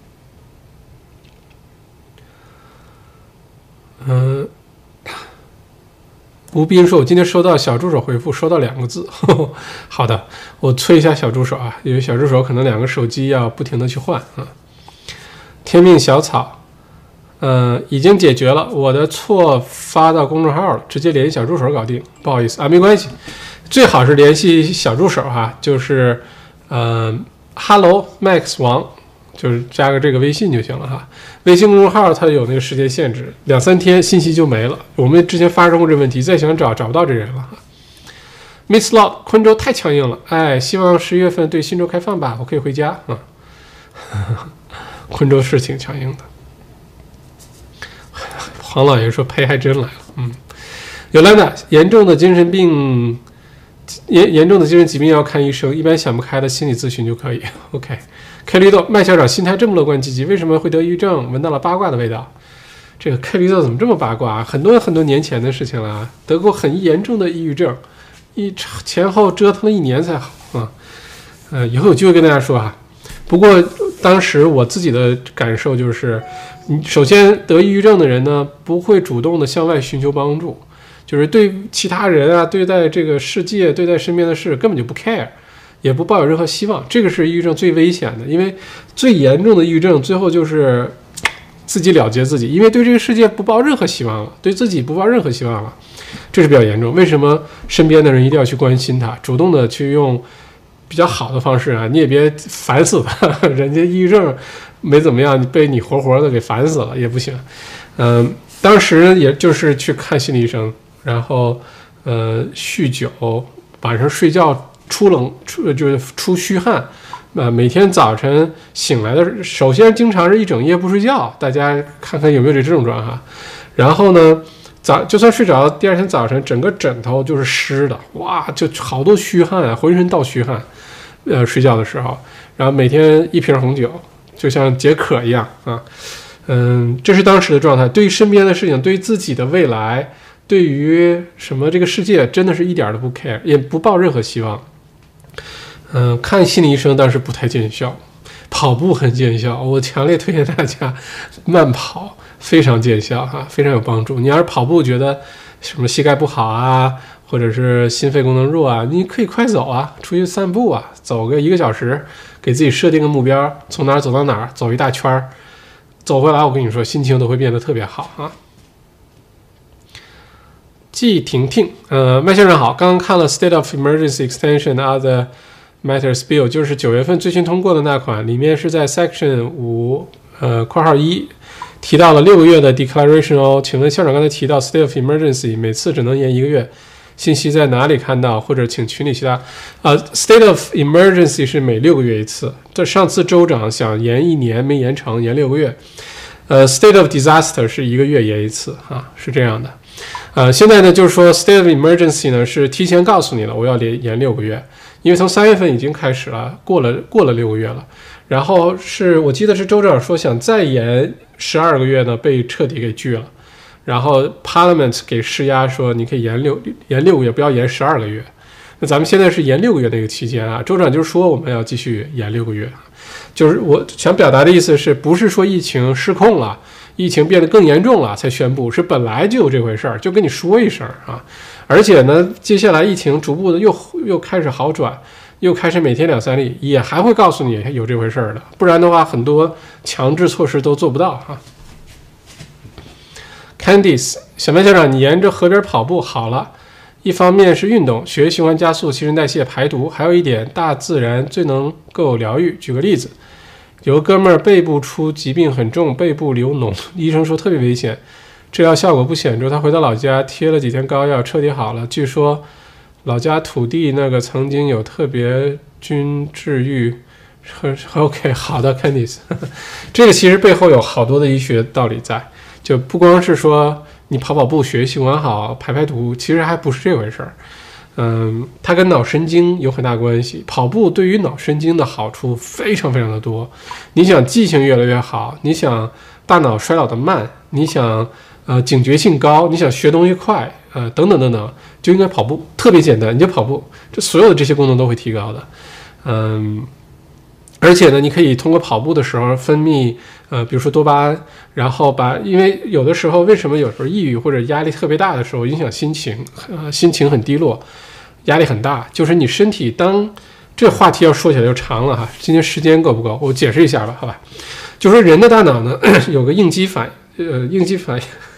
A: 吴斌说：“我今天收到小助手回复，收到2个字。好的，我催一下小助手啊，因为小助手可能2个手机要不停的去换啊。天命小草，已经解决了，我的错发到公众号了，直接联系小助手搞定，不好意思啊，没关系，最好是联系小助手哈，就是Hello Max 王。”就是加个这个微信就行了哈，微信公众号它有那个时间限制，2-3天信息就没了。我们之前发生过这个问题，再想找不到这人了哈。Miss Lot， 昆州太强硬了，希望11月份对新州开放吧，我可以回家啊。昆州是挺强硬的。黄老爷说呸，还真来了。有来的严重的精神疾病要看医生，一般想不开的心理咨询就可以。OK。K 绿豆，麦校长心态这么乐观积极，为什么会得抑郁症？闻到了八卦的味道。这个 K 绿豆怎么这么八卦？很多年前的事情了，得过很严重的抑郁症，前后折腾了1年才好啊。以后有机会跟大家说啊。不过当时我自己的感受就是，首先得抑郁症的人呢，不会主动的向外寻求帮助，就是对其他人啊，对待这个世界，对待身边的事，根本就不 care。也不抱有任何希望，这个是抑郁症最危险的，因为最严重的抑郁症最后就是自己了结自己，因为对这个世界不抱任何希望了，对自己不抱任何希望了，这是比较严重。为什么身边的人一定要去关心他，主动的去用比较好的方式啊？你也别烦死他，人家抑郁症没怎么样，你被你活活的给烦死了也不行。当时也就是去看心理医生，然后酗酒，晚上睡觉。就是出虚汗，每天早晨醒来的，首先经常是一整夜不睡觉，大家看看有没有这症状哈。然后呢，就算睡着，第2天早晨整个枕头就是湿的，哇，就好多虚汗啊，浑身倒虚汗。睡觉的时候，然后每天1瓶红酒，就像解渴一样啊。 这是当时的状态。对于身边的事情，对于自己的未来，对于什么这个世界，真的是一点都不 care， 也不抱任何希望。看心理医生当时不太见效，跑步很见效，我强烈推荐大家慢跑，非常见效哈，非常有帮助。你要是跑步觉得什么膝盖不好啊，或者是心肺功能弱啊，你可以快走啊，出去散步啊，走个1个小时，给自己设定个目标，从哪儿走到哪儿，走一大圈儿，走回来我跟你说，心情都会变得特别好啊。季婷婷，麦先生好，刚刚看了 State of Emergency Extension Other Matters Bill， 就是9月份最新通过的那款，里面是在 Section 5括号1提到了6个月的 Declaration 哦。请问校长刚才提到 State of Emergency 每次只能延1个月，信息在哪里看到？或者请群里其他State of Emergency 是每6个月一次。这上次州长想延1年没延成，延6个月。State of Disaster 是1个月延一次啊，是这样的。现在呢就是说 State of Emergency 呢是提前告诉你了，我要延6个月。因为从3月份已经开始了，过了6个月了，然后我记得是州长说想再延12个月呢，被彻底给拒了，然后 Parliament 给施压说你可以延6个月，不要延12个月。那咱们现在是延6个月那个期间啊，州长就说我们要继续延6个月，就是我想表达的意思是不是说疫情失控了，疫情变得更严重了才宣布，是本来就有这回事儿，就跟你说一声啊。而且呢，接下来疫情逐步的又开始好转，又开始每天2、3例，也还会告诉你有这回事儿的，不然的话很多强制措施都做不到哈。Candice， 小麦校长，你沿着河边跑步好了，一方面是运动，血液循环加速，新陈代谢排毒，还有一点大自然最能够疗愈。举个例子，有个哥们儿背部出疾病很重，背部流脓，医生说特别危险。治疗效果不显著，他回到老家贴了几天膏药，彻底好了。据说老家土地那个曾经有特别菌治愈。OK， 好的 ，Candice， 这个其实背后有好多的医学道理在，就不光是说你跑步、血液循环好、排毒，其实还不是这回事儿。它跟脑神经有很大关系。跑步对于脑神经的好处非常非常的多。你想记性越来越好，你想大脑衰老的慢，你想警觉性高，你想学东西快，等等等等，就应该跑步，特别简单，你就跑步，这所有的这些功能都会提高的。而且呢，你可以通过跑步的时候分泌比如说多巴胺，然后因为有的时候为什么有时候抑郁或者压力特别大的时候影响心情，心情很低落，压力很大，就是你身体这话题要说起来就长了哈，今天时间够不够？我解释一下吧，好吧？就说人的大脑呢有个应激反应。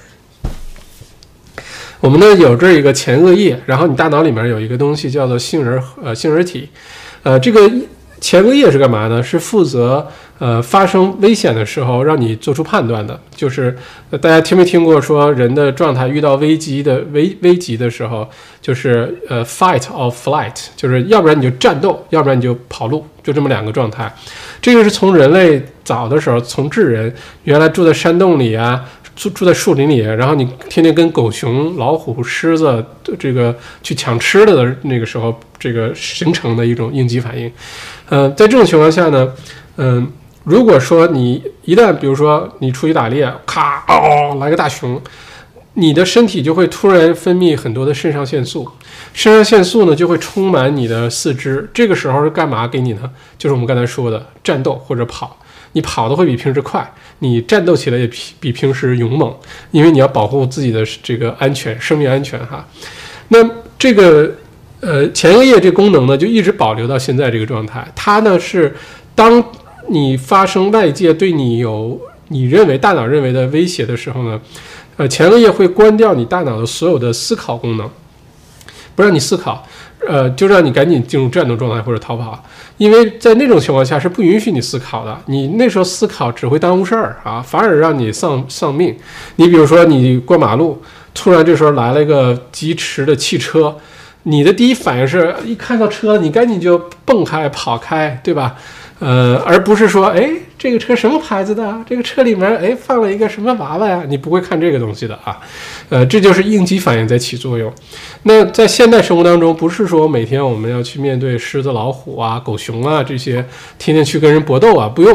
A: 我们呢有这一个前额叶，然后你大脑里面有一个东西叫做杏仁体，这个前额叶是干嘛呢？是负责发生危险的时候让你做出判断的。就是大家听没听过说人的状态遇到危机的时候，就是fight or flight， 就是要不然你就战斗，要不然你就跑路，就这么2个状态。这个是从人类早的时候，从智人原来住在山洞里啊，住在树林里，然后你天天跟狗熊、老虎、狮子这个去抢吃的那个时候，这个形成的一种应激反应。在这种情况下呢，如果说你一旦比如说你出去打猎，咔来个大熊，你的身体就会突然分泌很多的肾上腺素，肾上腺素呢就会充满你的四肢，这个时候是干嘛给你呢？就是我们刚才说的战斗或者跑，你跑的会比平时快，你战斗起来也比平时勇猛，因为你要保护自己的这个安全，生命安全哈。那这个前额叶这功能呢就一直保留到现在这个状态，它呢是当你发生外界对你有你大脑认为的威胁的时候呢，前额叶会关掉你大脑的所有的思考功能，不让你思考，就让你赶紧进入战斗状态或者逃跑，因为在那种情况下是不允许你思考的，你那时候思考只会耽误事儿啊，反而让你丧命。你比如说你过马路，突然这时候来了一个疾驰的汽车，你的第一反应是一看到车你赶紧就蹦开跑开，对吧？而不是说这个车什么牌子的，这个车里面放了一个什么娃娃呀，你不会看这个东西的啊。这就是应激反应在起作用。那在现代生活当中，不是说每天我们要去面对狮子、老虎啊、狗熊啊这些，天天去跟人搏斗啊，不用。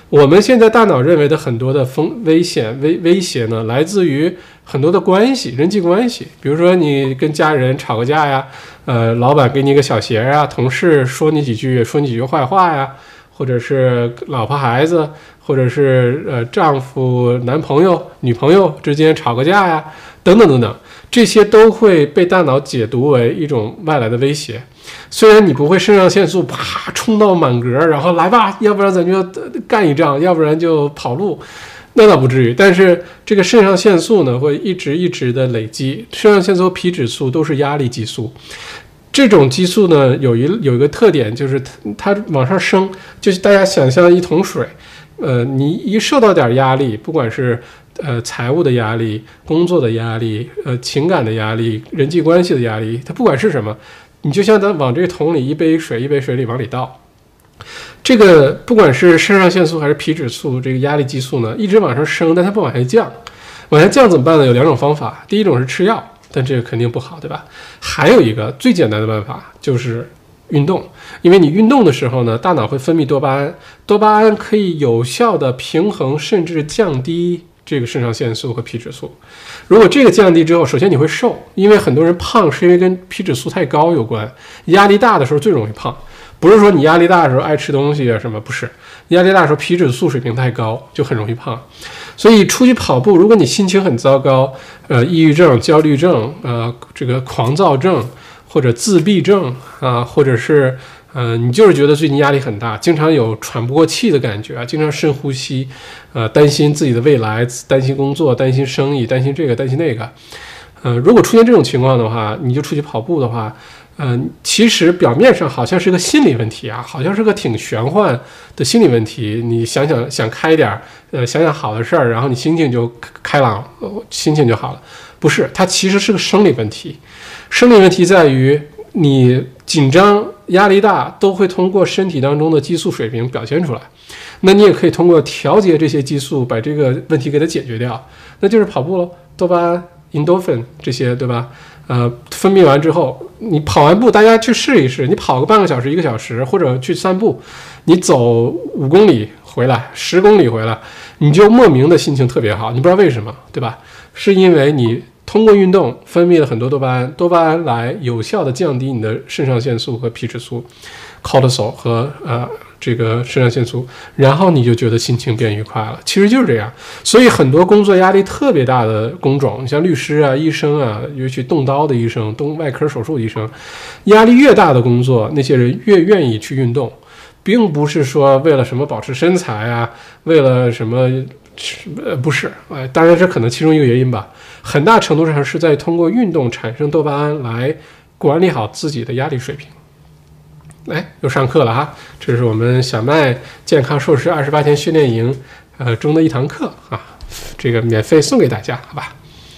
A: 我们现在大脑认为的很多的危险威胁呢，来自于很多的关系，人际关系。比如说你跟家人吵个架呀，老板给你一个小鞋啊，同事说你几句坏话呀，或者是老婆孩子，或者是丈夫男朋友女朋友之间吵个架呀，等等等等，这些都会被大脑解读为一种外来的威胁。虽然你不会肾上腺素啪冲到满格，然后来吧，要不然咱就干一仗，要不然就跑路，那倒不至于。但是这个肾上腺素呢，会一直的累积。肾上腺素、皮质素都是压力激素。这种激素呢，有一个特点，就是它往上升，就是大家想象一桶水，你一受到点压力，不管是财务的压力、工作的压力、情感的压力、人际关系的压力，它不管是什么。你就像咱往这个桶里一杯水里往里倒，这个不管是肾上腺素还是皮质素，这个压力激素呢，一直往上升，但它不往下降。往下降怎么办呢？有2种方法，第一种是吃药，但这个肯定不好，对吧？还有一个最简单的办法就是运动，因为你运动的时候呢，大脑会分泌多巴胺，多巴胺可以有效的平衡甚至降低这个肾上腺素和皮质素。如果这个降低之后，首先你会瘦，因为很多人胖是因为跟皮质素太高有关，压力大的时候最容易胖。不是说你压力大的时候爱吃东西啊什么，不是，压力大的时候皮质素水平太高就很容易胖。所以出去跑步，如果你心情很糟糕，抑郁症、焦虑症，这个狂躁症或者自闭症啊，或者是你就是觉得最近压力很大，经常有喘不过气的感觉啊，经常深呼吸，担心自己的未来，担心工作，担心生意，担心这个，担心那个，如果出现这种情况的话，你就出去跑步的话，其实表面上好像是个心理问题啊，好像是个挺玄幻的心理问题。你想开点，想想好的事儿，然后你心情就开朗，心情就好了。不是，它其实是个生理问题。生理问题在于你紧张、压力大都会通过身体当中的激素水平表现出来。那你也可以通过调节这些激素，把这个问题给它解决掉，那就是跑步咯，多巴胺、endorphin 这些，对吧？分泌完之后，你跑完步，大家去试一试，你跑个半个小时、1个小时，或者去散步，你走5公里回来、10公里回来，你就莫名的心情特别好，你不知道为什么，对吧？是因为你通过运动分泌了很多多巴胺，多巴胺来有效的降低你的肾上腺素和皮质素 cortisol 和这个肾上腺素，然后你就觉得心情变愉快了。其实就是这样，所以很多工作压力特别大的工种，像律师啊、医生啊，尤其动刀的医生、动外科手术的医生，压力越大的工作，那些人越愿意去运动，并不是说为了什么保持身材啊，为了什么不是，当然这可能其中一个原因吧，很大程度上是在通过运动产生多巴胺来管理好自己的压力水平。来，又上课了哈，这是我们小麦健康瘦身28天训练营中的一堂课啊，这个免费送给大家，好吧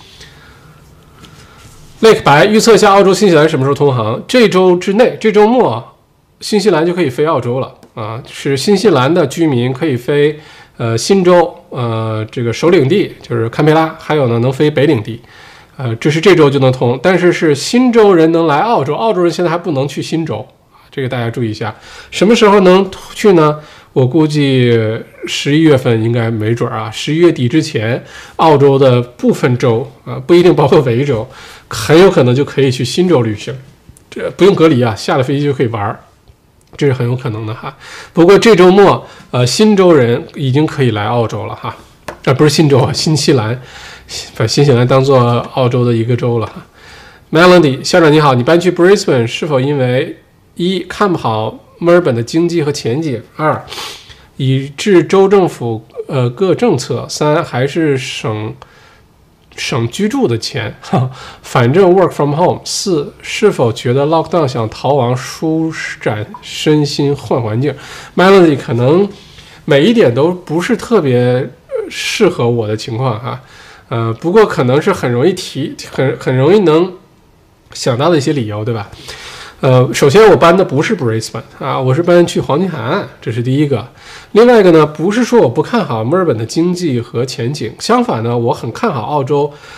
A: ？Lake 白预测一下澳洲、新西兰什么时候通航？这周之内，这周末，新西兰就可以飞澳洲了啊！是新西兰的居民可以飞新州这个首领地就是堪培拉，还有呢能飞北领地，这是这周就能通，但是是新州人能来澳洲，澳洲人现在还不能去新州。这个大家注意一下，什么时候能去呢？我估计11月份应该没准啊，11月底之前，澳洲的部分州不一定包括维州，很有可能就可以去新州旅行，这不用隔离啊，下了飞机就可以玩，这是很有可能的哈。不过这周末，新州人已经可以来澳洲了哈，不是新州啊，新西兰，把新西兰当做澳洲的一个州了哈。Melody 校长你好，你搬去 Brisbane 是否因为1看不好墨尔本的经济和前景，2以致州政府各政策，3还是省居住的钱，反正 work from home， 4是否觉得 lockdown 想逃亡，舒展身心换环境。 Melody 可能每一点都不是特别适合我的情况哈，不过可能是很容易很容易能想到的一些理由，对吧？首先我搬的不是 Brisbane 啊，我是搬去黄金海岸，这是第一个。另外一个呢，不是说我不看好墨尔本的经济和前景，相反呢，我很看好澳洲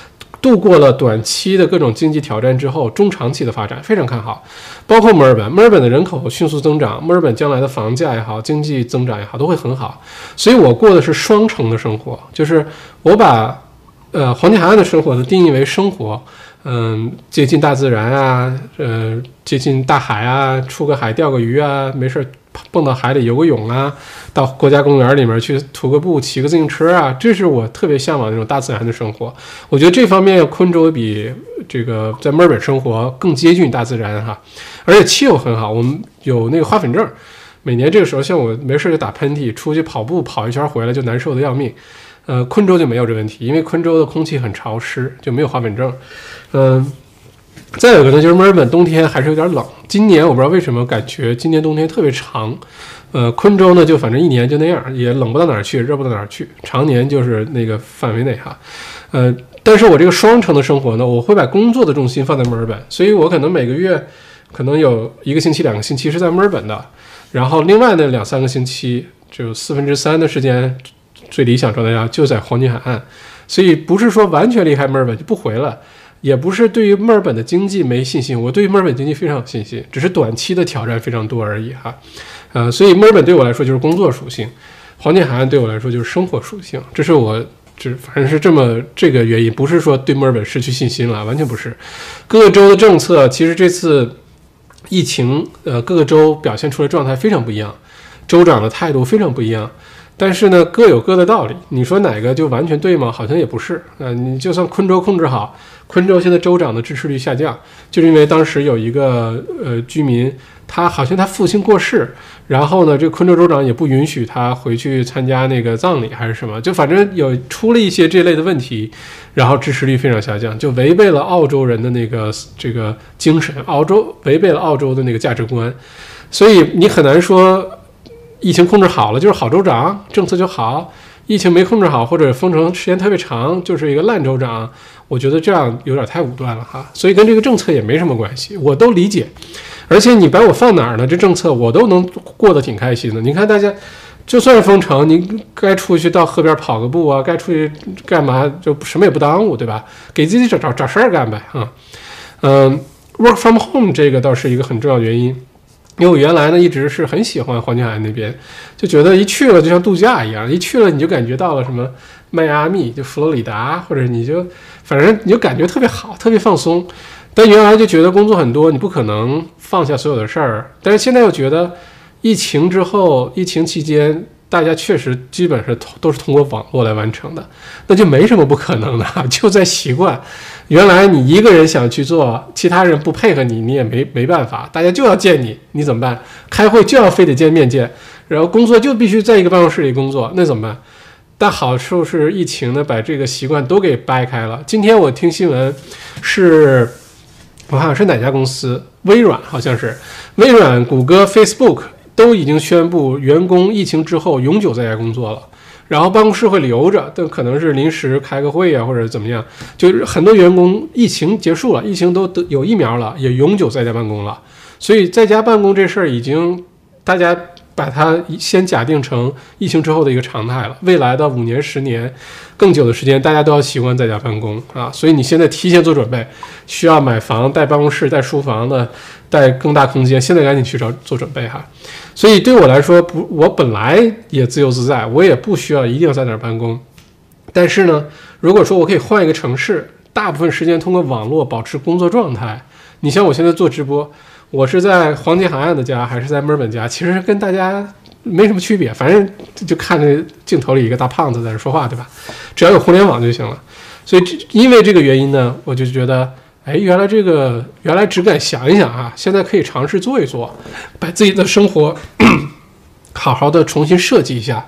A: 度过了短期的各种经济挑战之后，中长期的发展非常看好。包括墨尔本的人口迅速增长，墨尔本将来的房价也好，经济增长也好，都会很好。所以我过的是双城的生活，就是我把黄金海岸的生活呢定义为生活，接近大自然啊，接近大海啊，出个海钓个鱼啊，没事蹦到海里游个泳啊，到国家公园里面去徒个步、骑个自行车啊，这是我特别向往的那种大自然的生活。我觉得这方面昆州比这个在墨尔本生活更接近大自然哈，而且气候很好，我们有那个花粉症，每年这个时候像我没事就打喷嚏，出去跑步跑一圈回来就难受的要命。昆州就没有这问题，因为昆州的空气很潮湿，就没有花粉症。再有一个呢，就是墨尔本冬天还是有点冷。今年我不知道为什么感觉今年冬天特别长。昆州呢就反正一年就那样，也冷不到哪儿去，热不到哪儿去，常年就是那个范围内哈。但是我这个双城的生活呢，我会把工作的重心放在墨尔本，所以我可能每个月可能有1个星期、2个星期是在墨尔本的，然后另外的2-3个星期就3/4的时间。最理想状态下就在黄金海岸，所以不是说完全离开墨尔本就不回了，也不是对于墨尔本的经济没信心，我对于墨尔本经济非常有信心，只是短期的挑战非常多而已哈。所以墨尔本对我来说就是工作属性，黄金海岸对我来说就是生活属性，这是我反正是这个原因，不是说对墨尔本失去信心了，完全不是。各个州的政策其实这次疫情各个州表现出来状态非常不一样，州长的态度非常不一样。但是呢，各有各的道理。你说哪个就完全对吗？好像也不是。你就算昆州控制好，昆州现在州长的支持率下降，就是因为当时有一个居民，他好像他父亲过世，然后呢，这个昆州州长也不允许他回去参加那个葬礼还是什么，就反正有出了一些这类的问题，然后支持率非常下降，就违背了澳洲人的这个精神，违背了澳洲的那个价值观，所以你很难说。疫情控制好了就是好州长，政策就好；疫情没控制好或者封城时间特别长，就是一个烂州长。我觉得这样有点太武断了哈，所以跟这个政策也没什么关系，我都理解。而且你把我放哪儿呢？这政策我都能过得挺开心的。你看大家，就算是封城，你该出去到河边跑个步啊，该出去干嘛就什么也不耽误，对吧？给自己找事儿干呗啊。work from home 这个倒是一个很重要的原因。因为我原来呢一直是很喜欢黄金海岸那边，就觉得一去了就像度假一样，一去了你就感觉到了什么迈阿密，就佛罗里达，或者你就反正你就感觉特别好，特别放松。但原来就觉得工作很多，你不可能放下所有的事儿。但是现在又觉得疫情之后，疫情期间大家确实基本上都是通过网络来完成的，那就没什么不可能的，就在习惯。原来你一个人想去做，其他人不配合你，你也没办法，大家就要见你，你怎么办？开会就要非得面见，然后工作就必须在一个办公室里工作，那怎么办？但好处是疫情呢，把这个习惯都给掰开了。今天我听新闻我看是哪家公司，微软好像是，微软、谷歌、Facebook 都已经宣布员工疫情之后永久在家工作了。然后办公室会留着，但可能是临时开个会啊，或者怎么样。就是很多员工疫情结束了，疫情都有疫苗了，也永久在家办公了。所以在家办公这事儿已经大家把它先假定成疫情之后的一个常态了。未来的5年、10年更久的时间，大家都要习惯在家办公啊。所以你现在提前做准备，需要买房、带办公室、带书房的、带更大空间，现在赶紧去做准备哈。所以对我来说，我本来也自由自在，我也不需要一定要在哪儿办公。但是呢，如果说我可以换一个城市，大部分时间通过网络保持工作状态，你像我现在做直播，我是在黄金海岸的家还是在墨尔本家，其实跟大家没什么区别，反正就看着镜头里一个大胖子在这说话，对吧？只要有互联网就行了。所以因为这个原因呢，我就觉得原来只敢想一想啊，现在可以尝试做一做，把自己的生活好好的重新设计一下。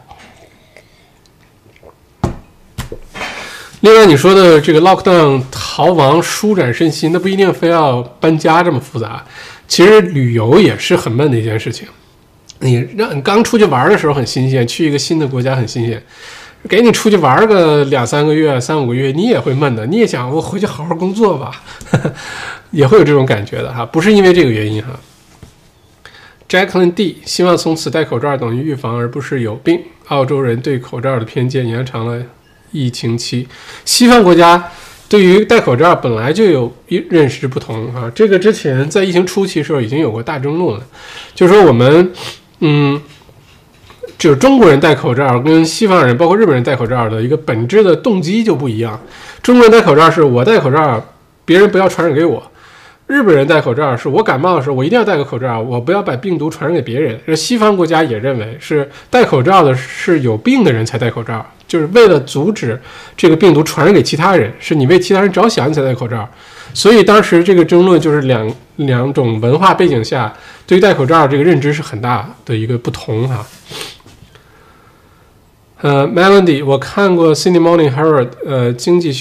A: 另外你说的这个 lockdown 逃亡舒展身心，那不一定非要搬家这么复杂，其实旅游也是很闷的一件事情。你刚出去玩的时候很新鲜，去一个新的国家很新鲜，给你出去玩个2-3个月、3-5个月，你也会闷的，你也想我回去好好工作吧，也会有这种感觉的哈，不是因为这个原因哈。Jacqueline D 希望从此戴口罩等于预防而不是有病。澳洲人对口罩的偏见延长了疫情期。西方国家对于戴口罩本来就有认识不同啊。这个之前在疫情初期的时候已经有过大争论了，就是说我们就是中国人戴口罩跟西方人包括日本人戴口罩的一个本质的动机就不一样。中国人戴口罩是我戴口罩，别人不要传染给我；日本人戴口罩是我感冒的时候我一定要戴个口罩，我不要把病毒传染给别人。这西方国家也认为是戴口罩的是有病的人才戴口罩，就是为了阻止这个病毒传染给其他人，是你为其他人着想你才戴口罩。所以当时这个争论就是两种文化背景下对于戴口罩这个认知是很大的一个不同哈。Melody， 我看过 Sydney Morning Herald， 经济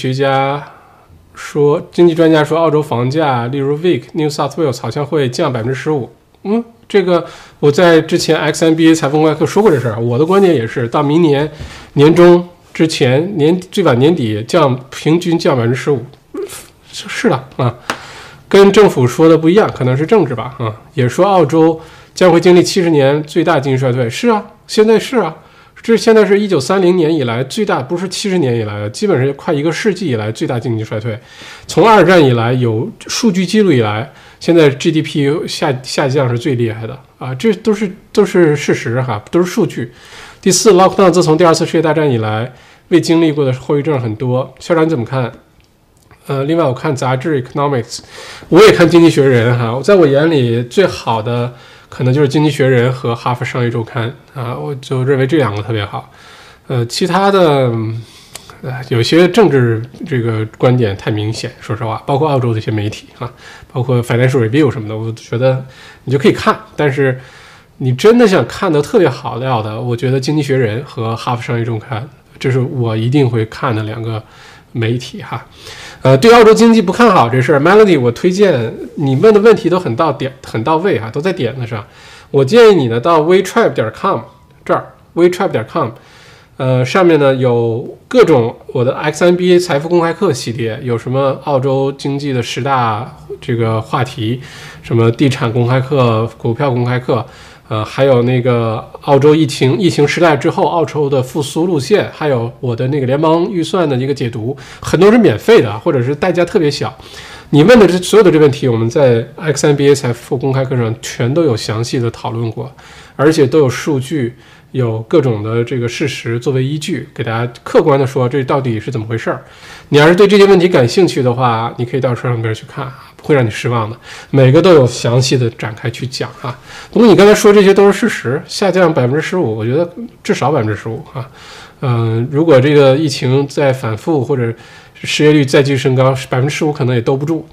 A: 专家说，澳洲房价，例如 Vic、New South Wales 好像会降15%。这个我在之前 XMBA 财富公开课说过这事儿。我的观点也是，到明年年中之前，最晚年底平均降15%。是的啊，跟政府说的不一样，可能是政治吧啊。也说澳洲将会经历70年最大经济衰退。是啊，现在是啊。现在是1930年以来最大，不是70年以来，基本是快1个世纪以来最大经济衰退。从二战以来有数据记录以来，现在 GDP 下降是最厉害的啊，这都是事实哈，都是数据。第四 ，Lockdown 自从第2次世界大战以来未经历过的后遗症很多。校长你怎么看？另外我看杂志 Economics， 我也看经济学人哈，在我眼里最好的可能就是《经济学人》和《哈佛商业周刊》啊，我就认为这两个特别好。其他的，有些政治这个观点太明显，说实话，包括澳洲的一些媒体啊，包括 Financial Review 什么的，我觉得你就可以看。但是你真的想看得特别好料的，我觉得《经济学人》和《哈佛商业周刊》，这是我一定会看的两个媒体哈。对澳洲经济不看好这事儿 ，Melody， 我推荐你问的问题都很到位哈，都在点子上。我建议你呢到 wetribe.com 这儿 wetribe.com， 上面呢有各种我的 XMBA 财富公开课系列，有什么澳洲经济的10大这个话题，什么地产公开课、股票公开课。还有那个澳洲疫情时代之后澳洲的复苏路线，还有我的那个联邦预算的一个解读，很多是免费的，或者是代价特别小。你问的所有的这问题，我们在 XMBA 财富公开课上全都有详细的讨论过，而且都有数据，有各种的这个事实作为依据，给大家客观的说这到底是怎么回事儿。你要是对这些问题感兴趣的话，你可以到上边去看，不会让你失望的，每个都有详细的展开去讲啊。不过你刚才说这些都是事实，下降15%，我觉得至少15%啊。如果这个疫情再反复，或者失业率再继续升高，15%可能也兜不住。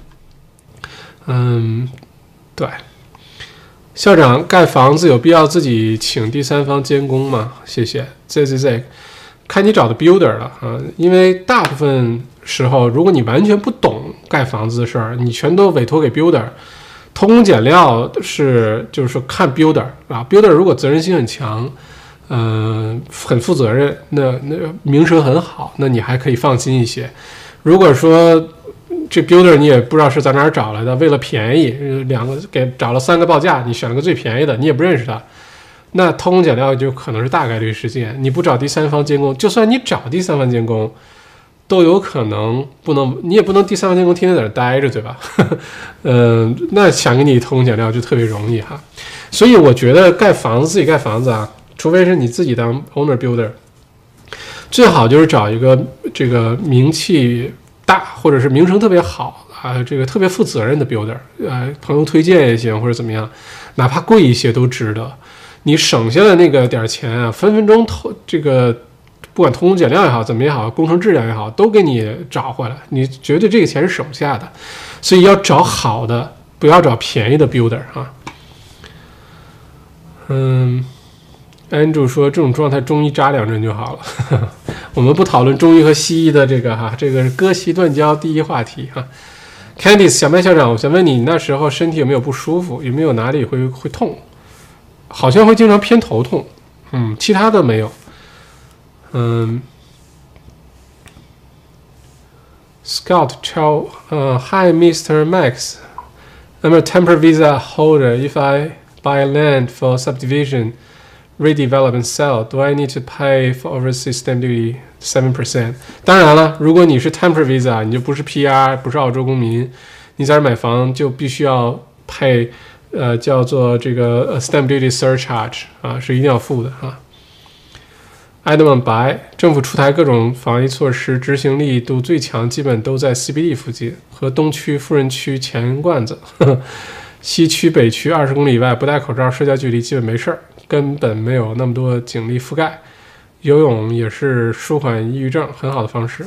A: 对。校长，盖房子有必要自己请第三方监工吗？谢谢。ZZZ， 看你找的 builder 了啊，因为大部分时候，如果你完全不懂盖房子的事儿，你全都委托给 builder， 偷工减料就是说看 builder 啊 ，builder 如果责任心很强，很负责任，那名声很好，那你还可以放心一些。如果说这 builder 你也不知道是在哪儿找来的，为了便宜，找了3个报价，你选了个最便宜的，你也不认识他，那偷工减料就可能是大概率事件。你不找第三方监工，就算你找第三方监工，都有可能你也不能第三方监工天天在那待着，对吧？那想给你偷工减料就特别容易哈。所以我觉得自己盖房子啊，除非是你自己当 owner builder， 最好就是找一个这个名气大或者是名声特别好啊，这个特别负责任的 builder， 朋友推荐也行或者怎么样，哪怕贵一些都值得。你省下的那个点钱啊，分分钟这个不管偷工减料也好，怎么也好，工程质量也好，都给你找回来，你绝对这个钱是省下的。所以要找好的，不要找便宜的 builder 啊。Andrew 说这种状态中医扎2针就好了。我们不讨论中医和西医的这个这个是割席断交第一话题哈。Candice 小麦校长，我想问你那时候身体有没有不舒服，有没有哪里会痛？好像会经常偏头痛，其他的没有。Scott Chow, hi Mr. Max, I'm a temporary visa holder. If I buy land for subdivision, redevelop and sell, do I need to pay for overseas stamp duty 7%？ 当然了，如果你是 temporary visa， 你就不是 PR， 不是澳洲公民，你在这买房就必须要配叫做这个stamp duty surcharge 啊，是一定要付的啊。埃德蒙白，政府出台各种防疫措施，执行力度最强，基本都在 CBD 附近和东区、富人区、钱罐子。西区、北区20公里以外，不戴口罩、社交距离基本没事儿，根本没有那么多警力覆盖。游泳也是舒缓抑郁症很好的方式。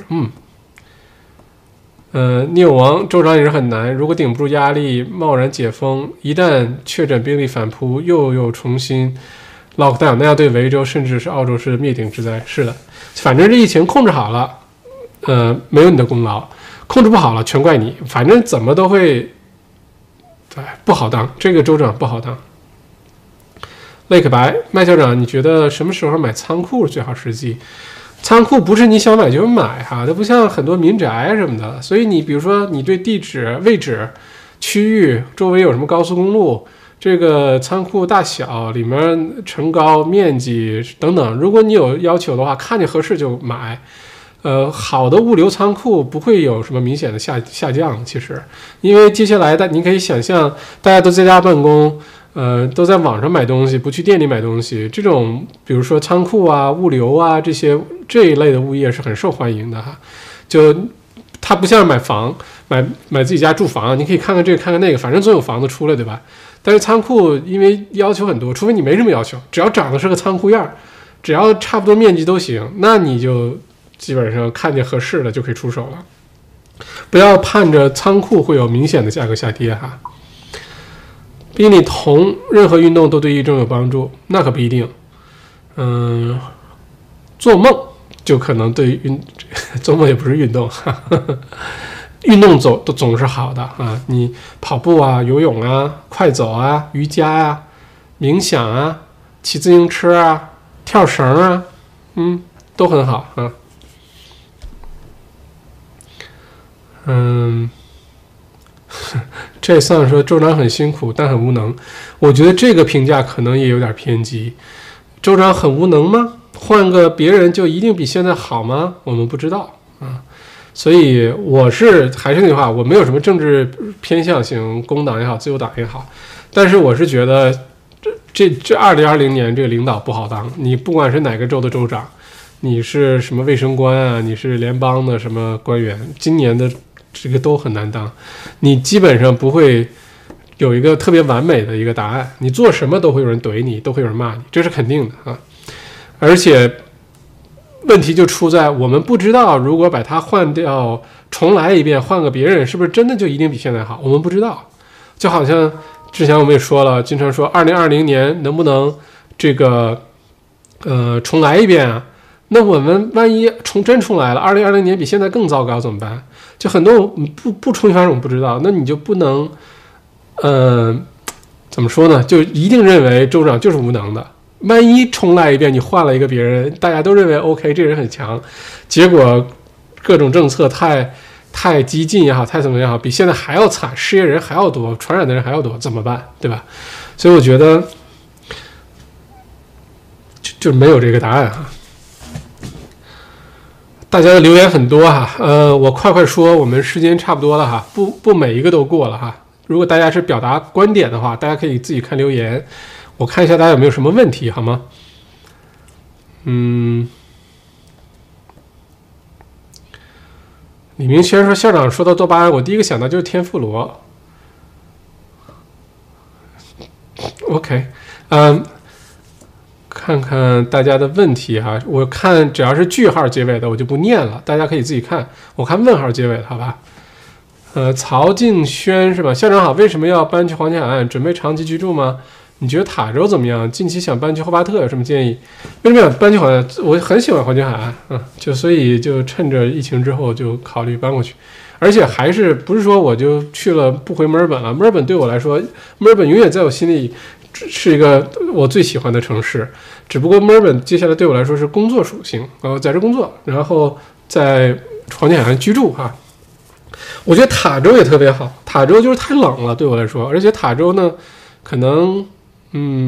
A: 聂王州长也是很难，如果顶不住压力，贸然解封，一旦确诊病例反扑，又重新 lockdown， 那样对维州甚至是澳洲是灭顶之灾。是的，反正这疫情控制好了，没有你的功劳；控制不好了，全怪你。反正怎么都会，不好当。这个州长不好当。Lake 白麦校长，你觉得什么时候买仓库最好时机？仓库不是你想买就买哈，它不像很多民宅什么的。所以你比如说，你对地址、位置、区域周围有什么高速公路？这个仓库大小、里面层高、面积等等，如果你有要求的话，看见合适就买。好的物流仓库不会有什么明显的下降，其实，因为接下来你可以想象，大家都在家办公，都在网上买东西，不去店里买东西，这种比如说仓库啊、物流啊这一类的物业是很受欢迎的哈。就它不像买房，买自己家住房，你可以看看这个看看那个，反正总有房子出来，对吧？但是仓库因为要求很多，除非你没什么要求，只要长得是个仓库样，只要差不多面积都行，那你就基本上看见合适的就可以出手了。不要盼着仓库会有明显的价格下跌哈。比你同任何运动都对抑郁症有帮助，那可不一定。做梦就可能对做梦也不是运动哈。运动总是好的啊，你跑步啊、游泳啊、快走啊、瑜伽啊、冥想啊、骑自行车啊、跳绳啊，都很好啊。这算说州长很辛苦，但很无能。我觉得这个评价可能也有点偏激。州长很无能吗？换个别人就一定比现在好吗？我们不知道啊。所以还是那句话，我没有什么政治偏向性，工党也好，自由党也好，但是我是觉得这2020年这个领导不好当。你不管是哪个州的州长，你是什么卫生官啊，你是联邦的什么官员，今年的这个都很难当。你基本上不会有一个特别完美的一个答案，你做什么都会有人怼你，都会有人骂你，这是肯定的啊。而且问题就出在我们不知道，如果把它换掉，重来一遍，换个别人，是不是真的就一定比现在好？我们不知道。就好像之前我们也说了，经常说2020年能不能这个重来一遍啊？那我们万一真重来了，2020年比现在更糟糕怎么办？就很多不重新发生我们不知道，那你就不能怎么说呢？就一定认为州长就是无能的。万一重来一遍，你换了一个别人，大家都认为 OK， 这人很强，结果各种政策太激进也好，太怎么样也好，比现在还要惨，失业人还要多，传染的人还要多，怎么办？对吧？所以我觉得就没有这个答案哈。大家的留言很多哈，我快说，我们时间差不多了哈，不每一个都过了哈。如果大家是表达观点的话，大家可以自己看留言。我看一下大家有没有什么问题，好吗？李明轩说，校长说到多巴胺，我第一个想到就是天妇罗。OK， 看看大家的问题哈，我看只要是句号结尾的我就不念了，大家可以自己看。我看问号结尾的，好吧？曹静轩是吧？校长好，为什么要搬去黄金海岸？准备长期居住吗？你觉得塔州怎么样？近期想搬去霍巴特，有什么建议？为什么要搬去黄金？我很喜欢黄金海岸，所以就趁着疫情之后就考虑搬过去。而且还是不是说我就去了不回墨尔本了？墨尔本对我来说，墨尔本永远在我心里是一个我最喜欢的城市。只不过墨尔本接下来对我来说是工作属性，在这工作，然后在黄金海岸居住哈。我觉得塔州也特别好，塔州就是太冷了对我来说，而且塔州呢，可能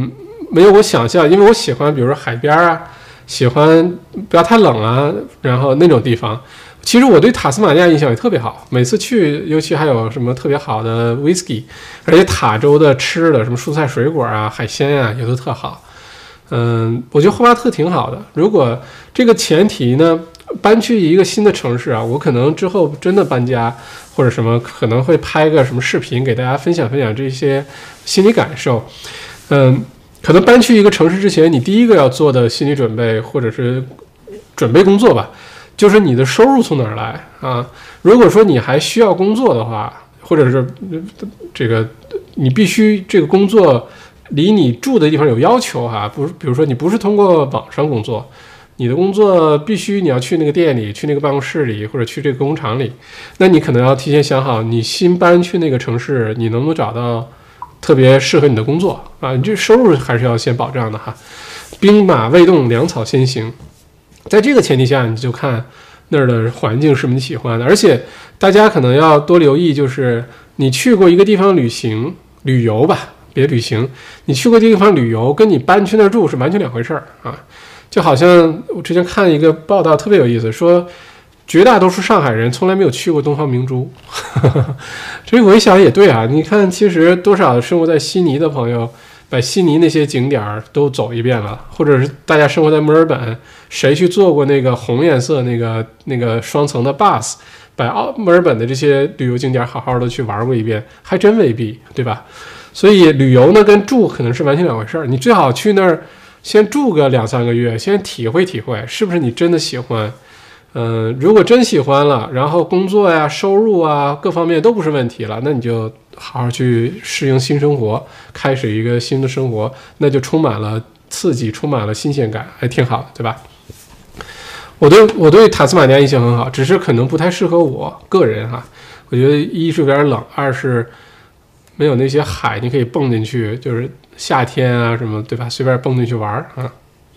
A: 没有我想象，因为我喜欢比如说海边啊，喜欢不要太冷啊，然后那种地方。其实我对塔斯马尼亚印象也特别好，每次去，尤其还有什么特别好的 whisky， 而且塔州的吃的什么蔬菜水果啊、海鲜啊也都特好。我觉得霍巴特挺好的。如果这个前提呢，搬去一个新的城市啊，我可能之后真的搬家或者什么，可能会拍个什么视频给大家分享分享这些心理感受。可能搬去一个城市之前，你第一个要做的心理准备或者是准备工作吧，就是你的收入从哪儿来啊？如果说你还需要工作的话，或者是这个你必须这个工作离你住的地方有要求哈，不是，比如说你不是通过网上工作，你的工作必须你要去那个店里，去那个办公室里，或者去这个工厂里，那你可能要提前想好，你新搬去那个城市，你能不能找到特别适合你的工作啊？你这收入还是要先保障的哈。兵马未动，粮草先行。在这个前提下，你就看那儿的环境是不是你喜欢的，而且大家可能要多留意，就是你去过一个地方旅游吧，别旅行，你去过地方旅游，跟你搬去那儿住是完全两回事儿啊。就好像我之前看一个报道特别有意思，说绝大多数上海人从来没有去过东方明珠，所以我一想也对啊，你看其实多少生活在悉尼的朋友把悉尼那些景点都走一遍了，或者是大家生活在墨尔本，谁去坐过那个红颜色那个双层的 bus， 把墨尔本的这些旅游景点好好的去玩过一遍，还真未必，对吧？所以旅游呢跟住可能是完全两回事儿，你最好去那儿先住个2-3个月，先体会体会是不是你真的喜欢。如果真喜欢了，然后工作呀、收入啊各方面都不是问题了，那你就好好去适应新生活，开始一个新的生活，那就充满了刺激，充满了新鲜感，还挺好的，对吧？我对塔斯马尼亚印象很好，只是可能不太适合我个人哈。我觉得一是有点冷，二是没有那些海你可以蹦进去，就是夏天啊什么，对吧？随便蹦进去玩啊。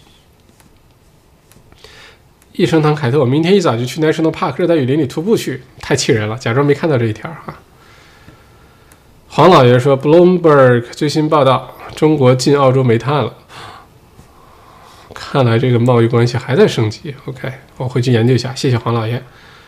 A: 益生堂凯特，我明天一早就去 National Park 热带雨林里徒步去，太气人了，假装没看到这一条啊。黄老爷说 ，Bloomberg 最新报道，中国进澳洲煤炭了，看来这个贸易关系还在升级。OK， 我回去研究一下，谢谢黄老爷。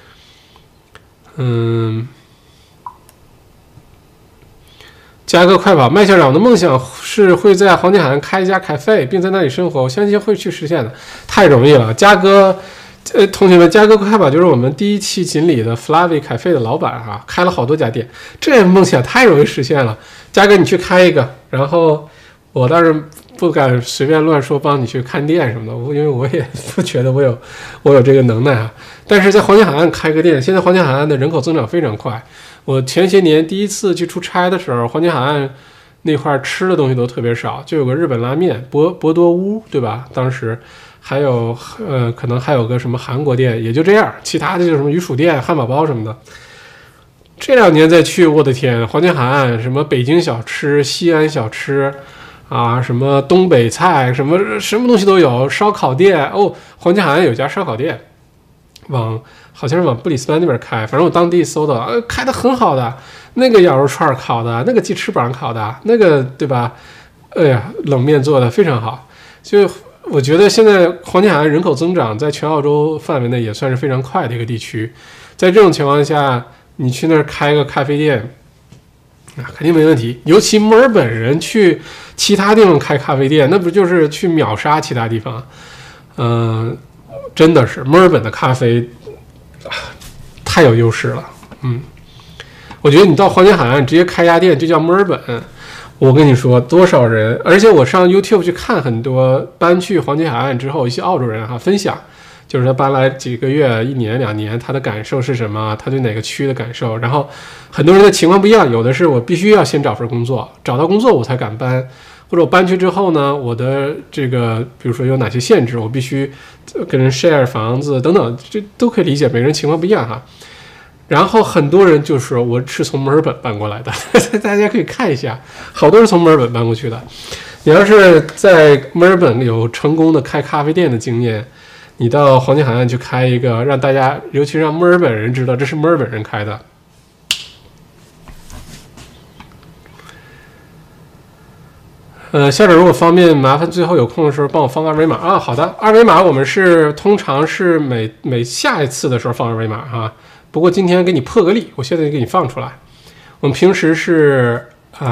A: 嘉哥快跑，麦校长，我的梦想是会在黄金海岸开一家咖啡，并在那里生活，我相信会去实现的，太容易了。嘉哥，同学们，嘉哥快跑就是我们第一期锦鲤的 Flavy 咖啡的老板啊，开了好多家店，这梦想太容易实现了。嘉哥，你去开一个，然后我倒是不敢随便乱说帮你去看店什么的，因为我也不觉得我有这个能耐啊。但是在黄金海岸开个店，现在黄金海岸的人口增长非常快。我前些年第一次去出差的时候，黄金海岸那块吃的东西都特别少，就有个日本拉面博多屋，对吧？当时还有可能还有个什么韩国店，也就这样，其他的就是什么鱼薯店、汉堡包什么的。这2年再去，我的天，黄金海岸什么北京小吃、西安小吃啊，什么东北菜，什么东西都有，烧烤店哦，黄金海岸有家烧烤店，好像是往布里斯班那边开，反正我当地搜到，开得很好的，那个羊肉串烤的，那个鸡翅膀烤的，那个对吧？哎呀，冷面做的非常好。就我觉得现在黄金海岸人口增长在全澳洲范围内也算是非常快的一个地区，在这种情况下，你去那儿开个咖啡店，肯定没问题。尤其墨尔本人去其他地方开咖啡店，那不就是去秒杀其他地方？真的是墨尔本的咖啡太有优势了。我觉得你到黄金海岸直接开家店，这叫墨尔本。我跟你说多少人，而且我上 YouTube 去看很多搬去黄金海岸之后一些澳洲人分享，就是他搬来几个月、1年、2年，他的感受是什么，他对哪个区的感受。然后很多人的情况不一样，有的是我必须要先找份工作，找到工作我才敢搬，或者我搬去之后呢，我的这个比如说有哪些限制，我必须跟人 share 房子等等，这都可以理解，每个人情况不一样哈。然后很多人就说我是从墨尔本搬过来的，大家可以看一下，好多是从墨尔本搬过去的。你要是在墨尔本有成功的开咖啡店的经验，你到黄金海岸去开一个，让大家，尤其让墨尔本人知道这是墨尔本人开的。 校长如果方便，麻烦最后有空的时候帮我放个二维码啊。好的，二维码我们通常是每下一次的时候放二维码哈。不过今天给你破个例，我现在就给你放出来。我们平时是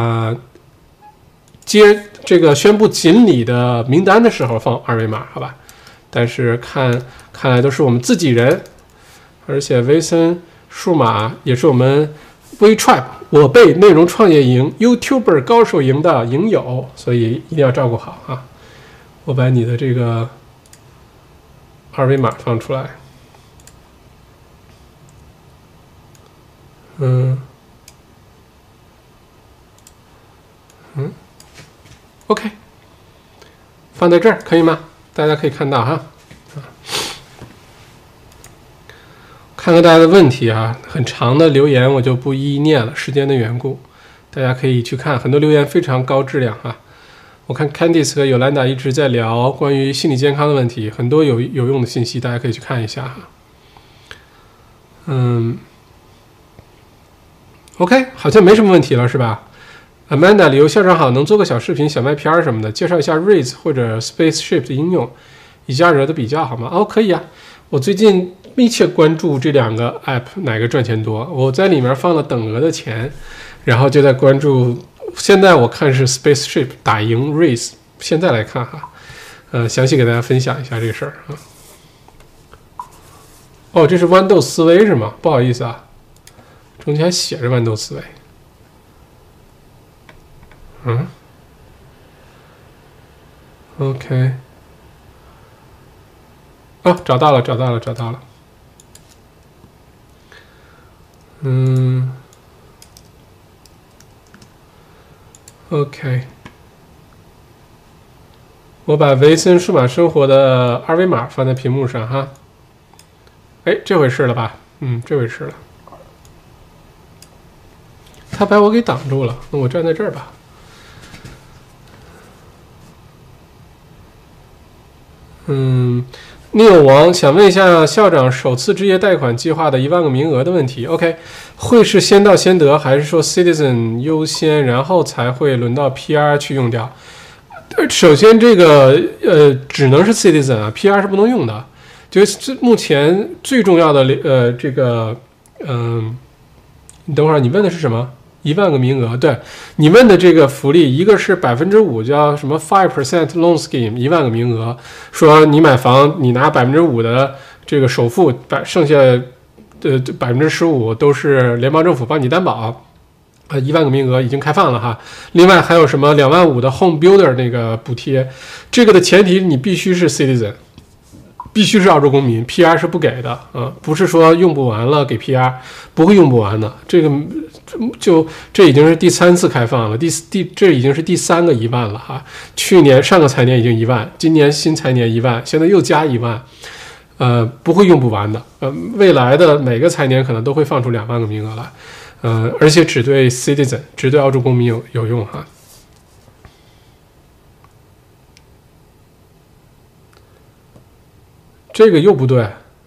A: 接这个宣布锦鲤的名单的时候放二维码，好吧？但是看来都是我们自己人，而且维森数码也是我们 WeTribe 我辈内容创业营 YouTuber 高手营的营友，所以一定要照顾好啊！我把你的这个二维码放出来。OK， 放在这儿可以吗？大家可以看到哈。看看大家的问题啊，很长的留言我就不一一念了，时间的缘故，大家可以去看，很多留言非常高质量啊。我看 Candice 和 Yolanda 一直在聊关于心理健康的问题，很多有用的信息，大家可以去看一下哈。OK， 好像没什么问题了是吧？ Amanda 李由校长好，能做个小视频、小麦片什么的，介绍一下 Raise 或者 Spaceship 的应用，以价格的比较好吗？哦，可以啊。我最近密切关注这两个 App 哪个赚钱多，我在里面放了等额的钱，然后就在关注。现在我看是 Spaceship 打赢 Raise， 现在来看哈，详细给大家分享一下这个事儿啊。哦，这是豌豆思维是吗？不好意思啊，中间还写着豌豆思维。OK， 找到了。OK， 我把维森数码生活的二维码放在屏幕上哈。这回事了吧？这回事了。他把我给挡住了，那我站在这儿吧。Neil 王想问一下校长，首次置业贷款计划的1万个名额的问题。OK， 会是先到先得，还是说 Citizen 优先，然后才会轮到 PR 去用掉？首先这个只能是 Citizen 啊 ，PR 是不能用的。就是目前最重要的你等会儿你问的是什么？1万个名额，对你问的这个福利，一个是5%，叫什么 5% loan scheme， 1万个名额，说你买房，你拿5%的这个首付，剩下15%都是联邦政府帮你担保。1万个名额已经开放了哈。另外还有什么2万5的 Home Builder 那个补贴，这个的前提你必须是 Citizen。必须是澳洲公民 ，PR 是不给的啊，不是说用不完了给 PR， 不会用不完的。这已经是第3次开放了，这已经是第3个1万了哈。去年上个财年已经1万，今年新财年1万，现在又加1万，不会用不完的。未来的每个财年可能都会放出2万个名额来，而且只对 Citizen， 只对澳洲公民有用哈。这个又不对，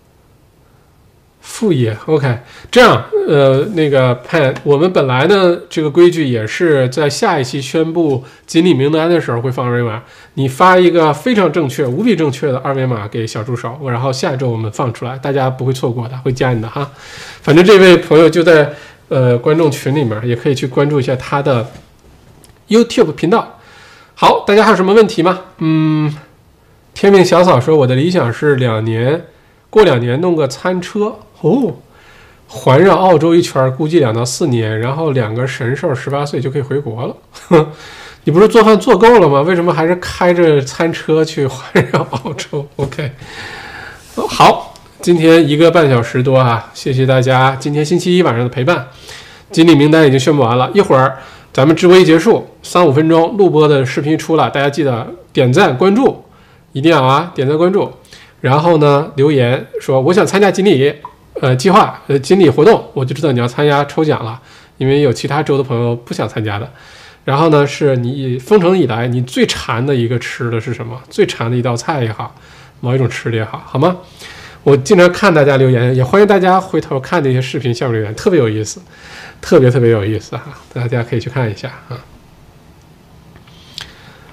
A: 副业 OK， 这样那个 Pan， 我们本来呢这个规矩也是在下一期宣布锦鲤名单的时候会放二维码，你发一个非常正确、无比正确的二维码给小助手，然后下周我们放出来，大家不会错过的，会加你的哈。反正这位朋友就在观众群里面，也可以去关注一下他的 YouTube 频道。好，大家还有什么问题吗？天命小嫂说，我的理想是过2年弄个餐车环绕澳洲一圈，估计2到4年，然后2个神兽18岁就可以回国了。你不是做饭做够了吗？为什么还是开着餐车去环绕澳洲 ？OK， 好，今天1个半小时多啊，谢谢大家今天星期一晚上的陪伴。锦鲤名单已经宣布完了，一会儿咱们直播一结束，3-5分钟录播的视频出了，大家记得点赞关注。一定要点赞关注，然后呢留言说我想参加锦鲤计划锦鲤活动，我就知道你要参加抽奖了，因为有其他州的朋友不想参加的。然后呢是你封城以来你最馋的一个吃的是什么？最馋的一道菜也好，某一种吃的也好，好吗？我经常看大家留言，也欢迎大家回头看这些视频下面留言，特别有意思，特别有意思哈，大家可以去看一下啊。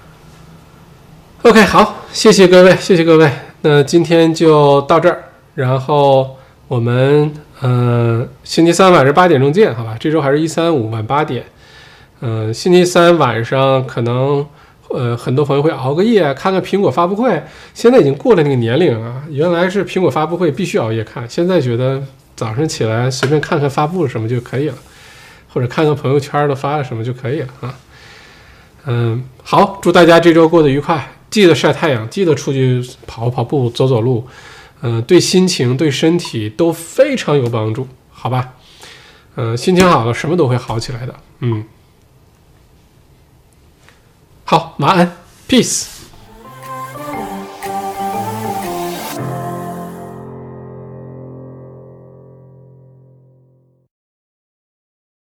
A: OK， 好，谢谢各位，谢谢各位。那今天就到这儿，然后我们星期三晚上8点钟见，好吧？这周还是135晚8点。星期三晚上可能很多朋友会熬个夜看看苹果发布会，现在已经过了那个年龄了。原来是苹果发布会必须熬夜看，现在觉得早上起来随便看看发布什么就可以了，或者看看朋友圈都发了什么就可以了啊。好，祝大家这周过得愉快，记得晒太阳，记得出去跑跑步、走走路，对心情、对身体都非常有帮助，好吧？心情好了，什么都会好起来的。好，晚安 ，peace。